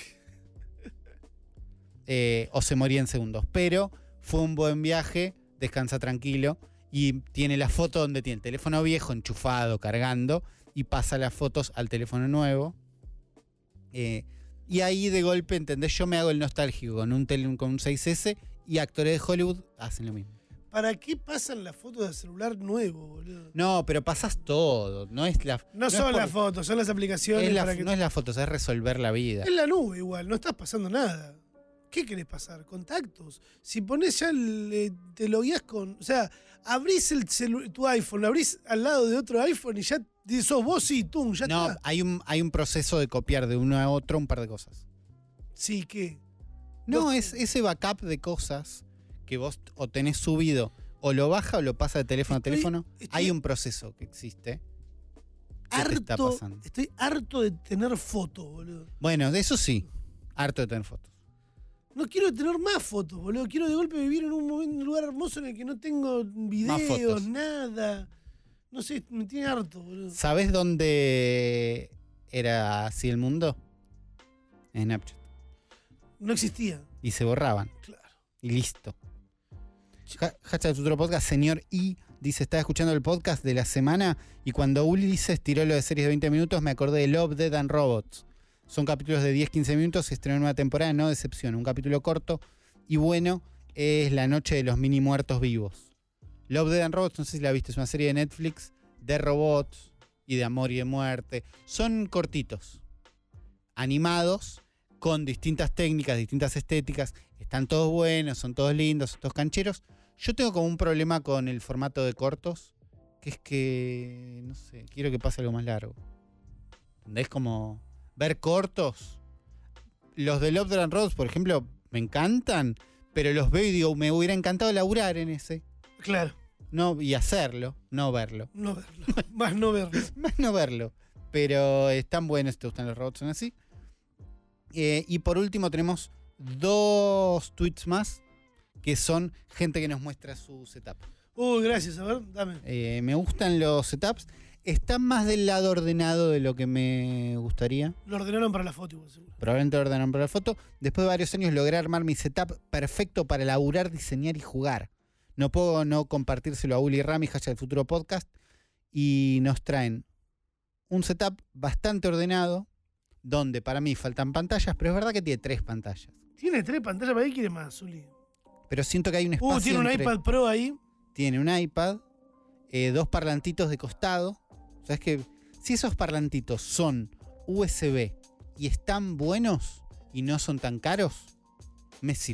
O se moría en segundos. Pero fue un buen viaje. Descansa tranquilo. Y tiene la foto donde tiene el teléfono viejo enchufado, cargando. Y pasa las fotos al teléfono nuevo. Y ahí de golpe, ¿entendés? Yo me hago el nostálgico con un 6S. Y actores de Hollywood hacen lo mismo. ¿Para qué pasan las fotos del celular nuevo, boludo? No, pero pasas todo. No es la. No son por- las fotos, son las aplicaciones. para que... No es las fotos, es resolver la vida. Es la nube igual, no estás pasando nada. ¿Qué querés pasar? Contactos. Si pones ya, te logueás con... O sea, abrís tu iPhone, lo abrís al lado de otro iPhone y ya sos vos y tú, ya No, está. hay un proceso de copiar de uno a otro un par de cosas. Sí, ¿qué? No, Vos- es ese backup de cosas que vos o tenés subido, o lo baja o lo pasa de teléfono a teléfono. Hay un proceso que existe. ¿Qué te está pasando? Estoy harto de tener fotos, boludo. Bueno, de eso sí. Harto de tener fotos. No quiero tener más fotos, boludo. Quiero de golpe vivir en un lugar hermoso en el que no tengo videos, fotos. nada. No sé, me tiene harto, boludo. ¿Sabés dónde era así el mundo? En Snapchat. No existía. Y se borraban. Claro. Y listo. Hashtag Futuro Podcast, señor I dice: estaba escuchando el podcast de la semana y cuando Ulises tiró lo de series de 20 minutos me acordé de Love, Dead and Robots. Son capítulos de 10-15 minutos, se estrenó en una temporada, no decepciona. Un capítulo corto y bueno, es la noche de los mini muertos vivos. Love, Dead and Robots, no sé si la viste, es una serie de Netflix de robots y de amor y de muerte. Son cortitos, animados, con distintas técnicas, distintas estéticas. Están todos buenos, son todos lindos, son todos cancheros. Yo tengo como un problema con el formato de cortos, que es que, no sé, quiero que pase algo más largo. ¿Entendés? Como ver cortos. Los de Love, Dead and Robots, por ejemplo, me encantan, pero los veo y digo, me hubiera encantado laburar en ese. Claro. No, y hacerlo, no verlo. No verlo. Más no verlo. Más no verlo. Pero están buenos, si te gustan los robots, son así. Y por último tenemos 2 tweets más, que son gente que nos muestra su setup. Uy, gracias. A ver, dame. Me gustan los setups. Están más del lado ordenado de lo que me gustaría. Lo ordenaron para la foto igual, seguro. Probablemente lo ordenaron para la foto. Después de varios años logré armar mi setup perfecto para laburar, diseñar y jugar. No puedo no compartírselo a Uli y Rami, hashtag Futuro Podcast. Y nos traen un setup bastante ordenado, donde para mí faltan pantallas, pero es verdad que tiene 3 pantallas. Tiene 3 pantallas, ¿para qué quiere más, Zuli? Pero siento que hay un espacio Tiene un entre- iPad Pro ahí. Tiene un iPad, 2 parlantitos de costado. O sea, es que si esos parlantitos son USB y están buenos y no son tan caros, me sirven.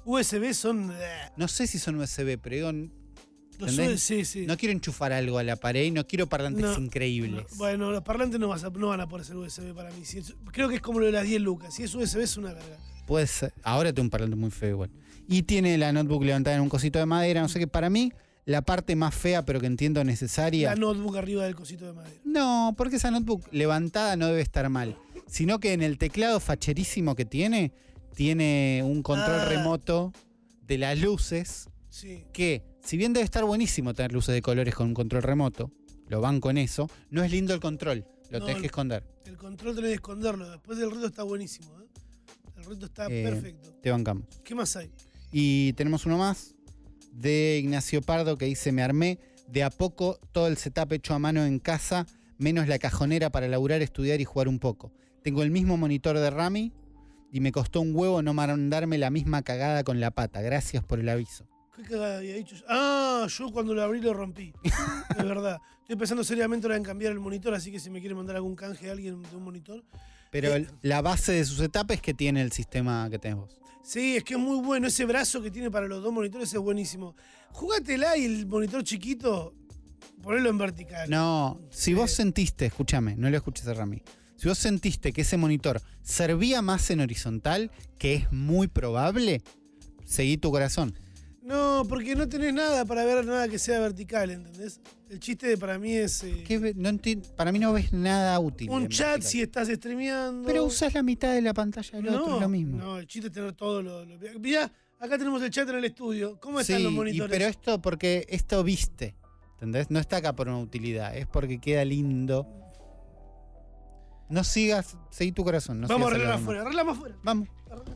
USB son. No sé si son USB, pero digo, Los ¿entendés? sí. no quiero enchufar algo a la pared y no quiero parlantes No, increíbles. No, bueno, los parlantes no van a poder ser USB para mí. Creo que es como lo de las 10 lucas. Si es USB es una carga. Puede ser. Ahora tengo un parlante muy feo igual. Y tiene la notebook levantada en un cosito de madera. No sé qué, para mí, la parte más fea, pero que entiendo necesaria. La notebook arriba del cosito de madera. No, porque esa notebook levantada no debe estar mal. Sino que en el teclado facherísimo que tiene un control remoto de las luces. Sí. Que, si bien debe estar buenísimo tener luces de colores con un control remoto, lo banco en eso, no es lindo el control. Lo tenés que esconder. El control tenés que esconderlo. Después del reto está buenísimo. El reto está perfecto. Te bancamos. ¿Qué más hay? Y tenemos uno más de Ignacio Pardo que dice: me armé de a poco todo el setup hecho a mano en casa, menos la cajonera para laburar, estudiar y jugar un poco. Tengo el mismo monitor de Rami y me costó un huevo no mandarme la misma cagada con la pata. Gracias por el aviso. ¿Qué cagada había dicho? Yo cuando lo abrí lo rompí. De verdad. Estoy pensando seriamente ahora en cambiar el monitor, así que si me quiere mandar algún canje a alguien de un monitor. Pero la base de su setup es que tiene el sistema que tenés vos. Sí, es que es muy bueno. Ese brazo que tiene para los dos monitores es buenísimo. Jugátela y el monitor chiquito, ponelo en vertical. No, si vos sentiste, escúchame, no lo escuches a Rami. Si vos sentiste que ese monitor servía más en horizontal, que es muy probable, seguí tu corazón. No, porque no tenés nada para ver nada que sea vertical, ¿entendés? El chiste para mí es... Para mí no ves nada útil. un en chat vertical. si estás streameando. Pero usás la mitad de la pantalla del otro, es lo mismo. No, el chiste es tener todo lo... Mirá, acá tenemos el chat en el estudio. ¿Cómo están los monitores? Pero esto viste, ¿entendés? No está acá por una utilidad, es porque queda lindo. No sigas, seguí tu corazón. No Vamos a sigas arreglar arreglamos afuera. Vamos.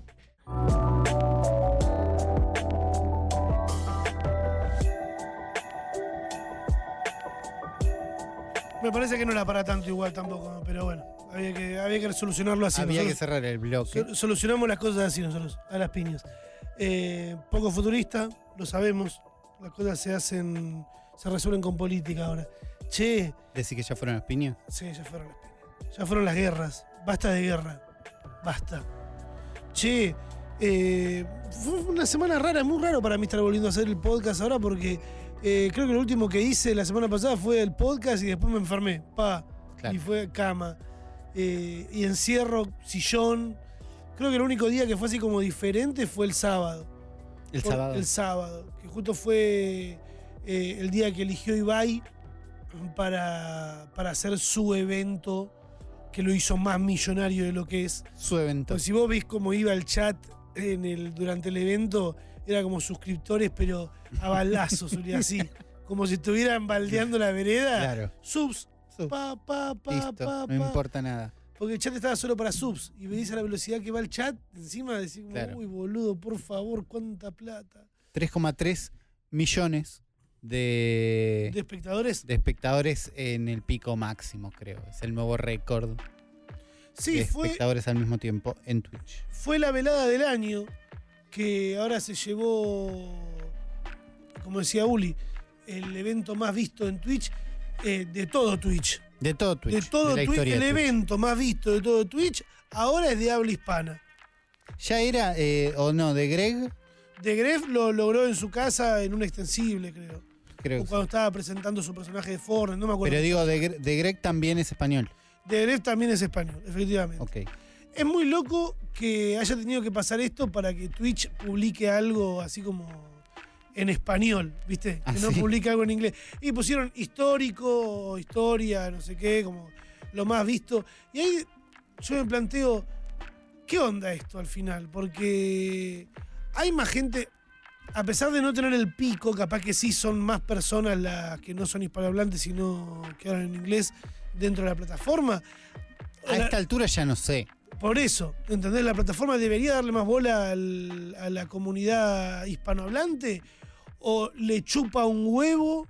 Me parece que no era para tanto igual tampoco, pero bueno, había que solucionarlo así. Había que Nosotros cerrar el bloque. solucionamos las cosas así nosotros, a las piñas. Poco futurista, lo sabemos, las cosas se resuelven con política ahora. Che, ¿Decís que ya fueron las piñas? sí, ya fueron las piñas. Ya fueron las guerras. Basta de guerra. Basta. Che, fue una semana rara, muy raro para mí estar volviendo a hacer el podcast ahora porque creo que lo último que hice la semana pasada fue el podcast y después me enfermé. Claro. Y fue cama. Y encierro, sillón. Creo que el único día que fue así como diferente fue el sábado. El sábado, que justo fue el día que eligió Ibai para hacer su evento, que lo hizo más millonario de lo que es. Su evento. Pues si vos ves cómo iba el chat durante el evento, era como suscriptores, pero a balazos, así. Como si estuvieran baldeando la vereda. Claro. Subs. Listo, no importa nada. Porque el chat estaba solo para subs. Y veis a la velocidad que va el chat, encima decís como, Claro. uy, boludo, por favor, cuánta plata. 3,3 millones ¿De espectadores? de espectadores en el pico máximo, creo. Es el nuevo récord Sí, de fue espectadores al mismo tiempo en Twitch. la velada del año, que ahora se llevó, como decía Uli, el evento más visto en Twitch, de todo Twitch. De todo Twitch. De todo la Twitch, historia el de Twitch. evento más visto de todo Twitch, ahora es de habla hispana. Ya era, o no, de Greg, De Gref lo logró en su casa en un extensible, creo. creo. O que cuando sí. estaba presentando su personaje de Fortnite, no me acuerdo. Pero digo, de Greg también es español. De Gref también es español, efectivamente. Ok. Es muy loco que haya tenido que pasar esto para que Twitch publique algo así como en español, ¿viste? Ah, Que no sí. publique algo en inglés. Y pusieron histórico, historia, no sé qué, como lo más visto. Y ahí yo me planteo, ¿qué onda esto al final? Porque hay más gente, a pesar de no tener el pico, capaz que sí son más personas las que no son hispanohablantes, sino que hablan en inglés dentro de la plataforma. A esta altura ya no sé. Por eso, ¿entendés? La plataforma debería darle más bola a la comunidad hispanohablante, o le chupa un huevo,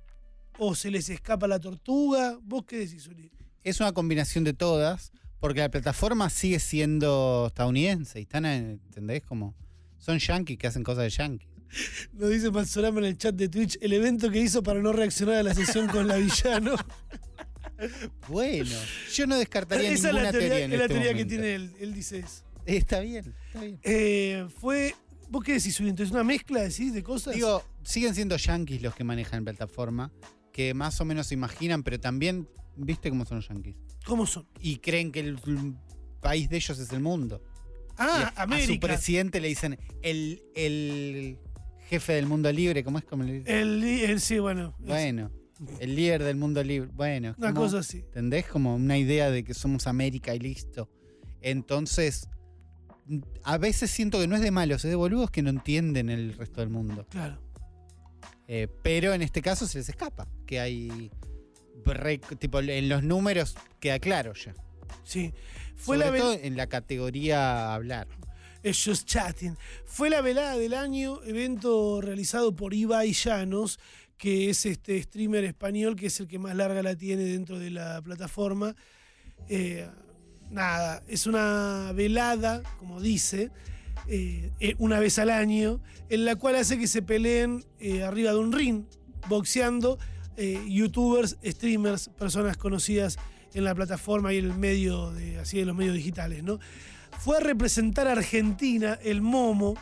o se les escapa la tortuga. ¿Vos qué decís, Uri? Es una combinación de todas, porque la plataforma sigue siendo estadounidense y están, ¿entendés? Como son yankees que hacen cosas de yankees. Nos dice Mansorama en el chat de Twitch, el evento que hizo para no reaccionar a la sesión con la villano. Bueno, yo no descartaría Esa es ninguna la teoría, teoría en es la este teoría que momento. tiene él dice eso. Está bien, está bien. Fue ¿Vos qué decís, Uri? Entonces, ¿una mezcla, decís, de cosas? Digo, siguen siendo yanquis los que manejan plataforma, que más o menos se imaginan, pero también, ¿viste cómo son los yanquis? ¿Cómo son? Y creen que el país de ellos es el mundo. Ah, A su América. presidente le dicen el jefe del mundo libre, ¿cómo es? ¿Cómo le dicen? Sí, bueno. Bueno, el líder del mundo libre. Bueno, Una como- cosa así. ¿entendés? Como una idea de que somos América y listo. Entonces, a veces siento que no es de malos, es de boludos que no entienden el resto del mundo. Claro. Pero en este caso se les escapa, que hay... tipo, en los números queda claro ya. Sí. Fue Sobre la todo en la categoría hablar. Ellos chatting. Fue la velada del año, evento realizado por Ibai Llanos, que es este streamer español que es el que más larga la tiene dentro de la plataforma. Nada, es una velada, como dice, una vez al año, en la cual hace que se peleen arriba de un ring, boxeando, youtubers, streamers, personas conocidas en la plataforma y en el medio así de los medios digitales, ¿no? Fue a representar a Argentina el Momo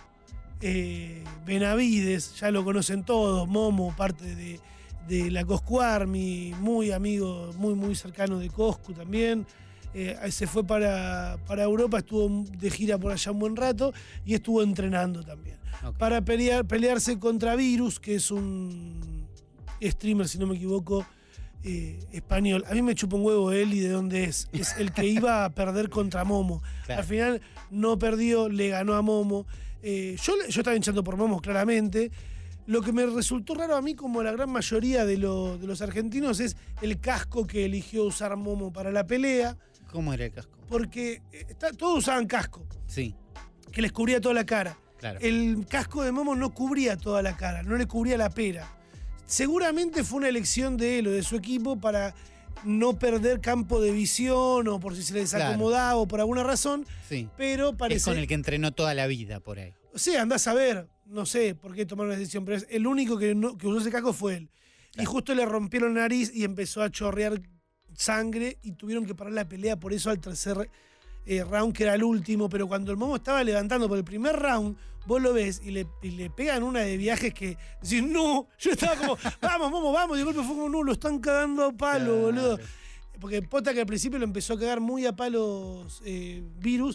Benavides, ya lo conocen todos, Momo, parte de la Coscu Army, muy amigo, muy cercano de Coscu también. Se fue para Europa, estuvo de gira por allá un buen rato y estuvo entrenando también. Ok. Para pelearse contra Virus, que es un streamer, si no me equivoco, español. A mí me chupa un huevo él y de dónde es. Es el que iba a perder contra Momo. Claro. Al final no perdió, le ganó a Momo. Yo estaba hinchando por Momo, claramente. Lo que me resultó raro a mí, como la gran mayoría de los argentinos, es el casco que eligió usar Momo para la pelea. ¿Cómo era el casco? Porque todos usaban casco, Sí, que les cubría toda la cara. claro. El casco de Momo no cubría toda la cara, no le cubría la pera. Seguramente fue una elección de él o de su equipo para no perder campo de visión o por si se les Claro. acomodaba o por alguna razón, Sí. pero Es parece... con el que entrenó toda la vida por ahí. Sí, andás a ver, no sé por qué tomaron la decisión, pero el único que usó ese casco fue él. Y Claro. justo le rompieron la nariz y empezó a chorrear sangre y tuvieron que parar la pelea por eso al tercer round, que era el último. Pero cuando el Momo estaba levantando por el primer round, vos lo ves y le pegan una de viajes que decís, no, yo estaba como, vamos, Momo, vamos, y de golpe fue como, no, lo están cagando a palo, Claro. boludo. Porque Pota que al principio lo empezó a cagar muy a palos Virus.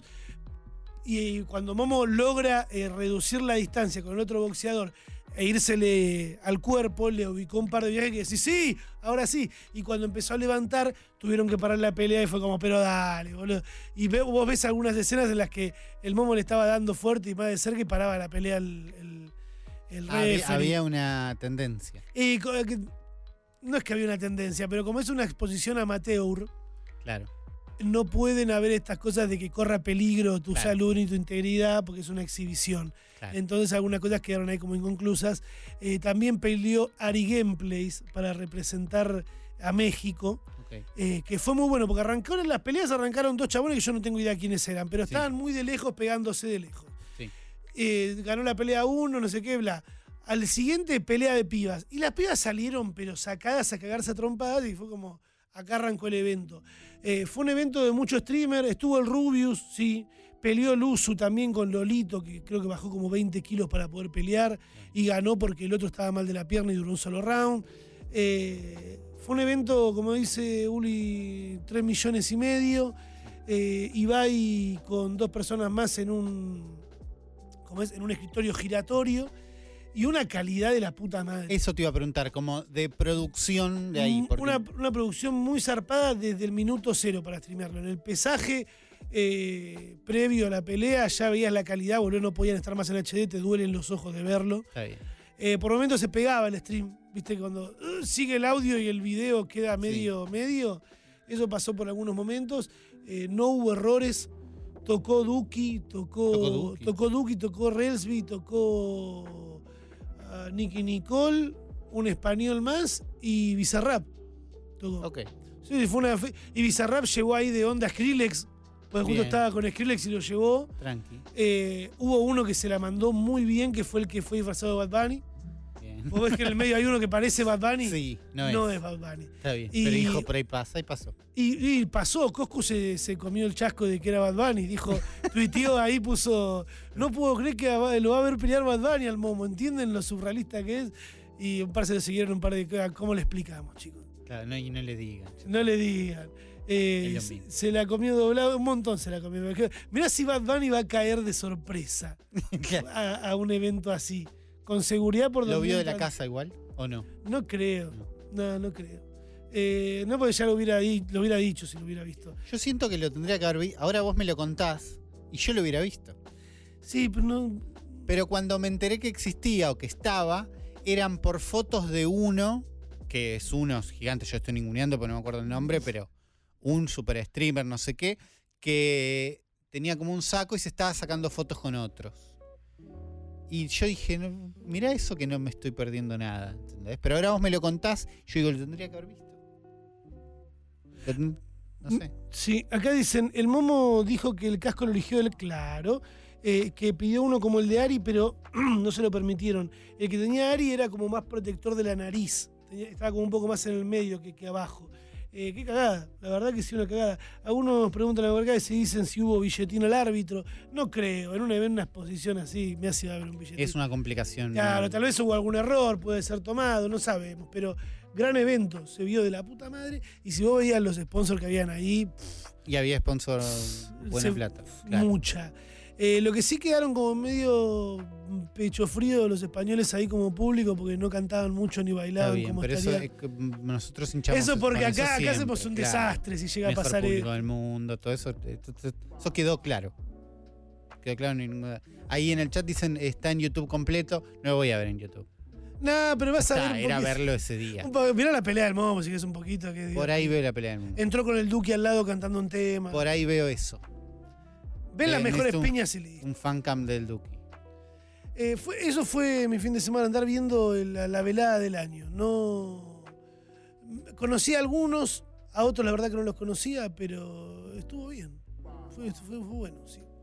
Y cuando Momo logra reducir la distancia con el otro boxeador e írsele al cuerpo, le ubicó un par de viajes que decís, sí, ahora sí. Y cuando empezó a levantar, tuvieron que parar la pelea y fue como, pero dale, boludo. Y vos ves algunas escenas en las que el Momo le estaba dando fuerte y más de cerca y paraba la pelea el referee. Había una tendencia. Y no es que había una tendencia, pero como es una exposición amateur, Claro. no pueden haber estas cosas de que corra peligro tu Claro. salud ni tu integridad porque es una exhibición. Claro. Entonces algunas cosas quedaron ahí como inconclusas. También peleó Ari Gameplays para representar a México, Ok. que fue muy bueno porque las peleas arrancaron dos chabones que yo no tengo idea quiénes eran, pero Sí. estaban muy de lejos pegándose de lejos. Sí. Ganó la pelea uno, no sé qué, bla. Al siguiente, pelea de pibas. Y las pibas salieron, pero sacadas a cagarse a trompadas y fue como, acá arrancó el evento. Fue un evento de muchos streamers, estuvo el Rubius, sí. Peleó Luzu también con Lolito, que creo que bajó como 20 kilos para poder pelear y ganó porque el otro estaba mal de la pierna y duró un solo round. Fue un evento, como dice Uli, 3,5 millones. Ibai con 2 personas más en un escritorio giratorio y una calidad de la puta madre. Eso te iba a preguntar, como de producción de ahí. Porque Una producción muy zarpada desde el minuto cero para streamearlo. En el pesaje previo a la pelea ya veías la calidad, boludo, no podían estar más en HD, te duelen los ojos de verlo. Está bien. Por momentos se pegaba el stream, viste, cuando sigue el audio y el video queda medio. Eso pasó por algunos momentos. No hubo errores. Tocó Duki, tocó Relsby, tocó Nicky Nicole, un español más y Bizarrap. Tocó. Ok. Sí, y Bizarrap llevó ahí de onda a Skrillex, porque justo Bien. estaba con Skrillex y lo llevó. Tranqui. Hubo uno que se la mandó muy bien, que fue el que fue disfrazado de Bad Bunny. Bien. Vos ves que en el medio hay uno que parece Bad Bunny. Sí, No es Bad Bunny. Está bien. Y- Pero dijo, por ahí pasa y pasó. Y pasó, Coscu se comió el chasco de que era Bad Bunny. Dijo, tuiteó ahí, puso, no puedo creer que lo va a ver pelear Bad Bunny al Momo, ¿entienden lo surrealista que es? Y un par se lo siguieron un par de cosas. ¿Cómo le explicamos, chicos? Claro, no, y no le digan. No le digan. Se la comió doblado, un montón se la comió. Mirá si Bad Bunny va a caer de sorpresa a un evento así. Con seguridad por ¿Lo vio de la 2000. casa igual o no? No creo. No creo. No, porque ya lo hubiera dicho si lo hubiera visto. Yo siento que lo tendría que haber visto. Ahora vos me lo contás y yo lo hubiera visto. Sí, pero no. Pero cuando me enteré que existía o que estaba, eran por fotos de uno, que es unos gigantes, yo estoy ninguneando porque no me acuerdo el nombre, pero un super streamer, no sé qué, que tenía como un saco y se estaba sacando fotos con otros. Y yo dije, no, mirá eso que no me estoy perdiendo nada, ¿entendés? Pero ahora vos me lo contás, yo digo, lo tendría que haber visto. No sé. Sí, acá dicen, el Momo dijo que el casco lo eligió él, claro, que pidió uno como el de Ari, pero no se lo permitieron. El que tenía Ari era como más protector de la nariz, estaba como un poco más en el medio que abajo. Qué cagada, la verdad que sí, una cagada. Algunos preguntan a la verdad si dicen si hubo billetín al árbitro. No creo, en una exposición así me hace haber un billetín. Es una complicación. Claro, tal vez hubo algún error, puede ser tomado, no sabemos, pero gran evento, se vio de la puta madre. Y si vos veías los sponsors que habían ahí, y había sponsor buena plata. Claro. Mucha. Lo que sí quedaron como medio pecho frío los españoles ahí como público porque no cantaban mucho ni bailaban. Está bien, como pero estaría. eso es que nosotros hinchamos. Eso porque con acá siempre, hacemos un claro. desastre si llega Mejor a pasar. Público del mundo, todo eso. Eso quedó claro. Quedó claro. Ahí en el chat dicen está en YouTube completo. No lo voy a ver en YouTube. Nah, pero vas a ver. Era verlo ese día. Mirá la pelea del Momo, si es un poquito. Por ahí veo la pelea del mundo. Entró con el Duque al lado cantando un tema. Por ahí veo eso. Ven las mejores necesito piñas y listo. Un fancam del Duque. Eso fue mi fin de semana, andar viendo la velada del año. No conocí a algunos, a otros la verdad que no los conocía, pero estuvo bien. Fue bueno, sí.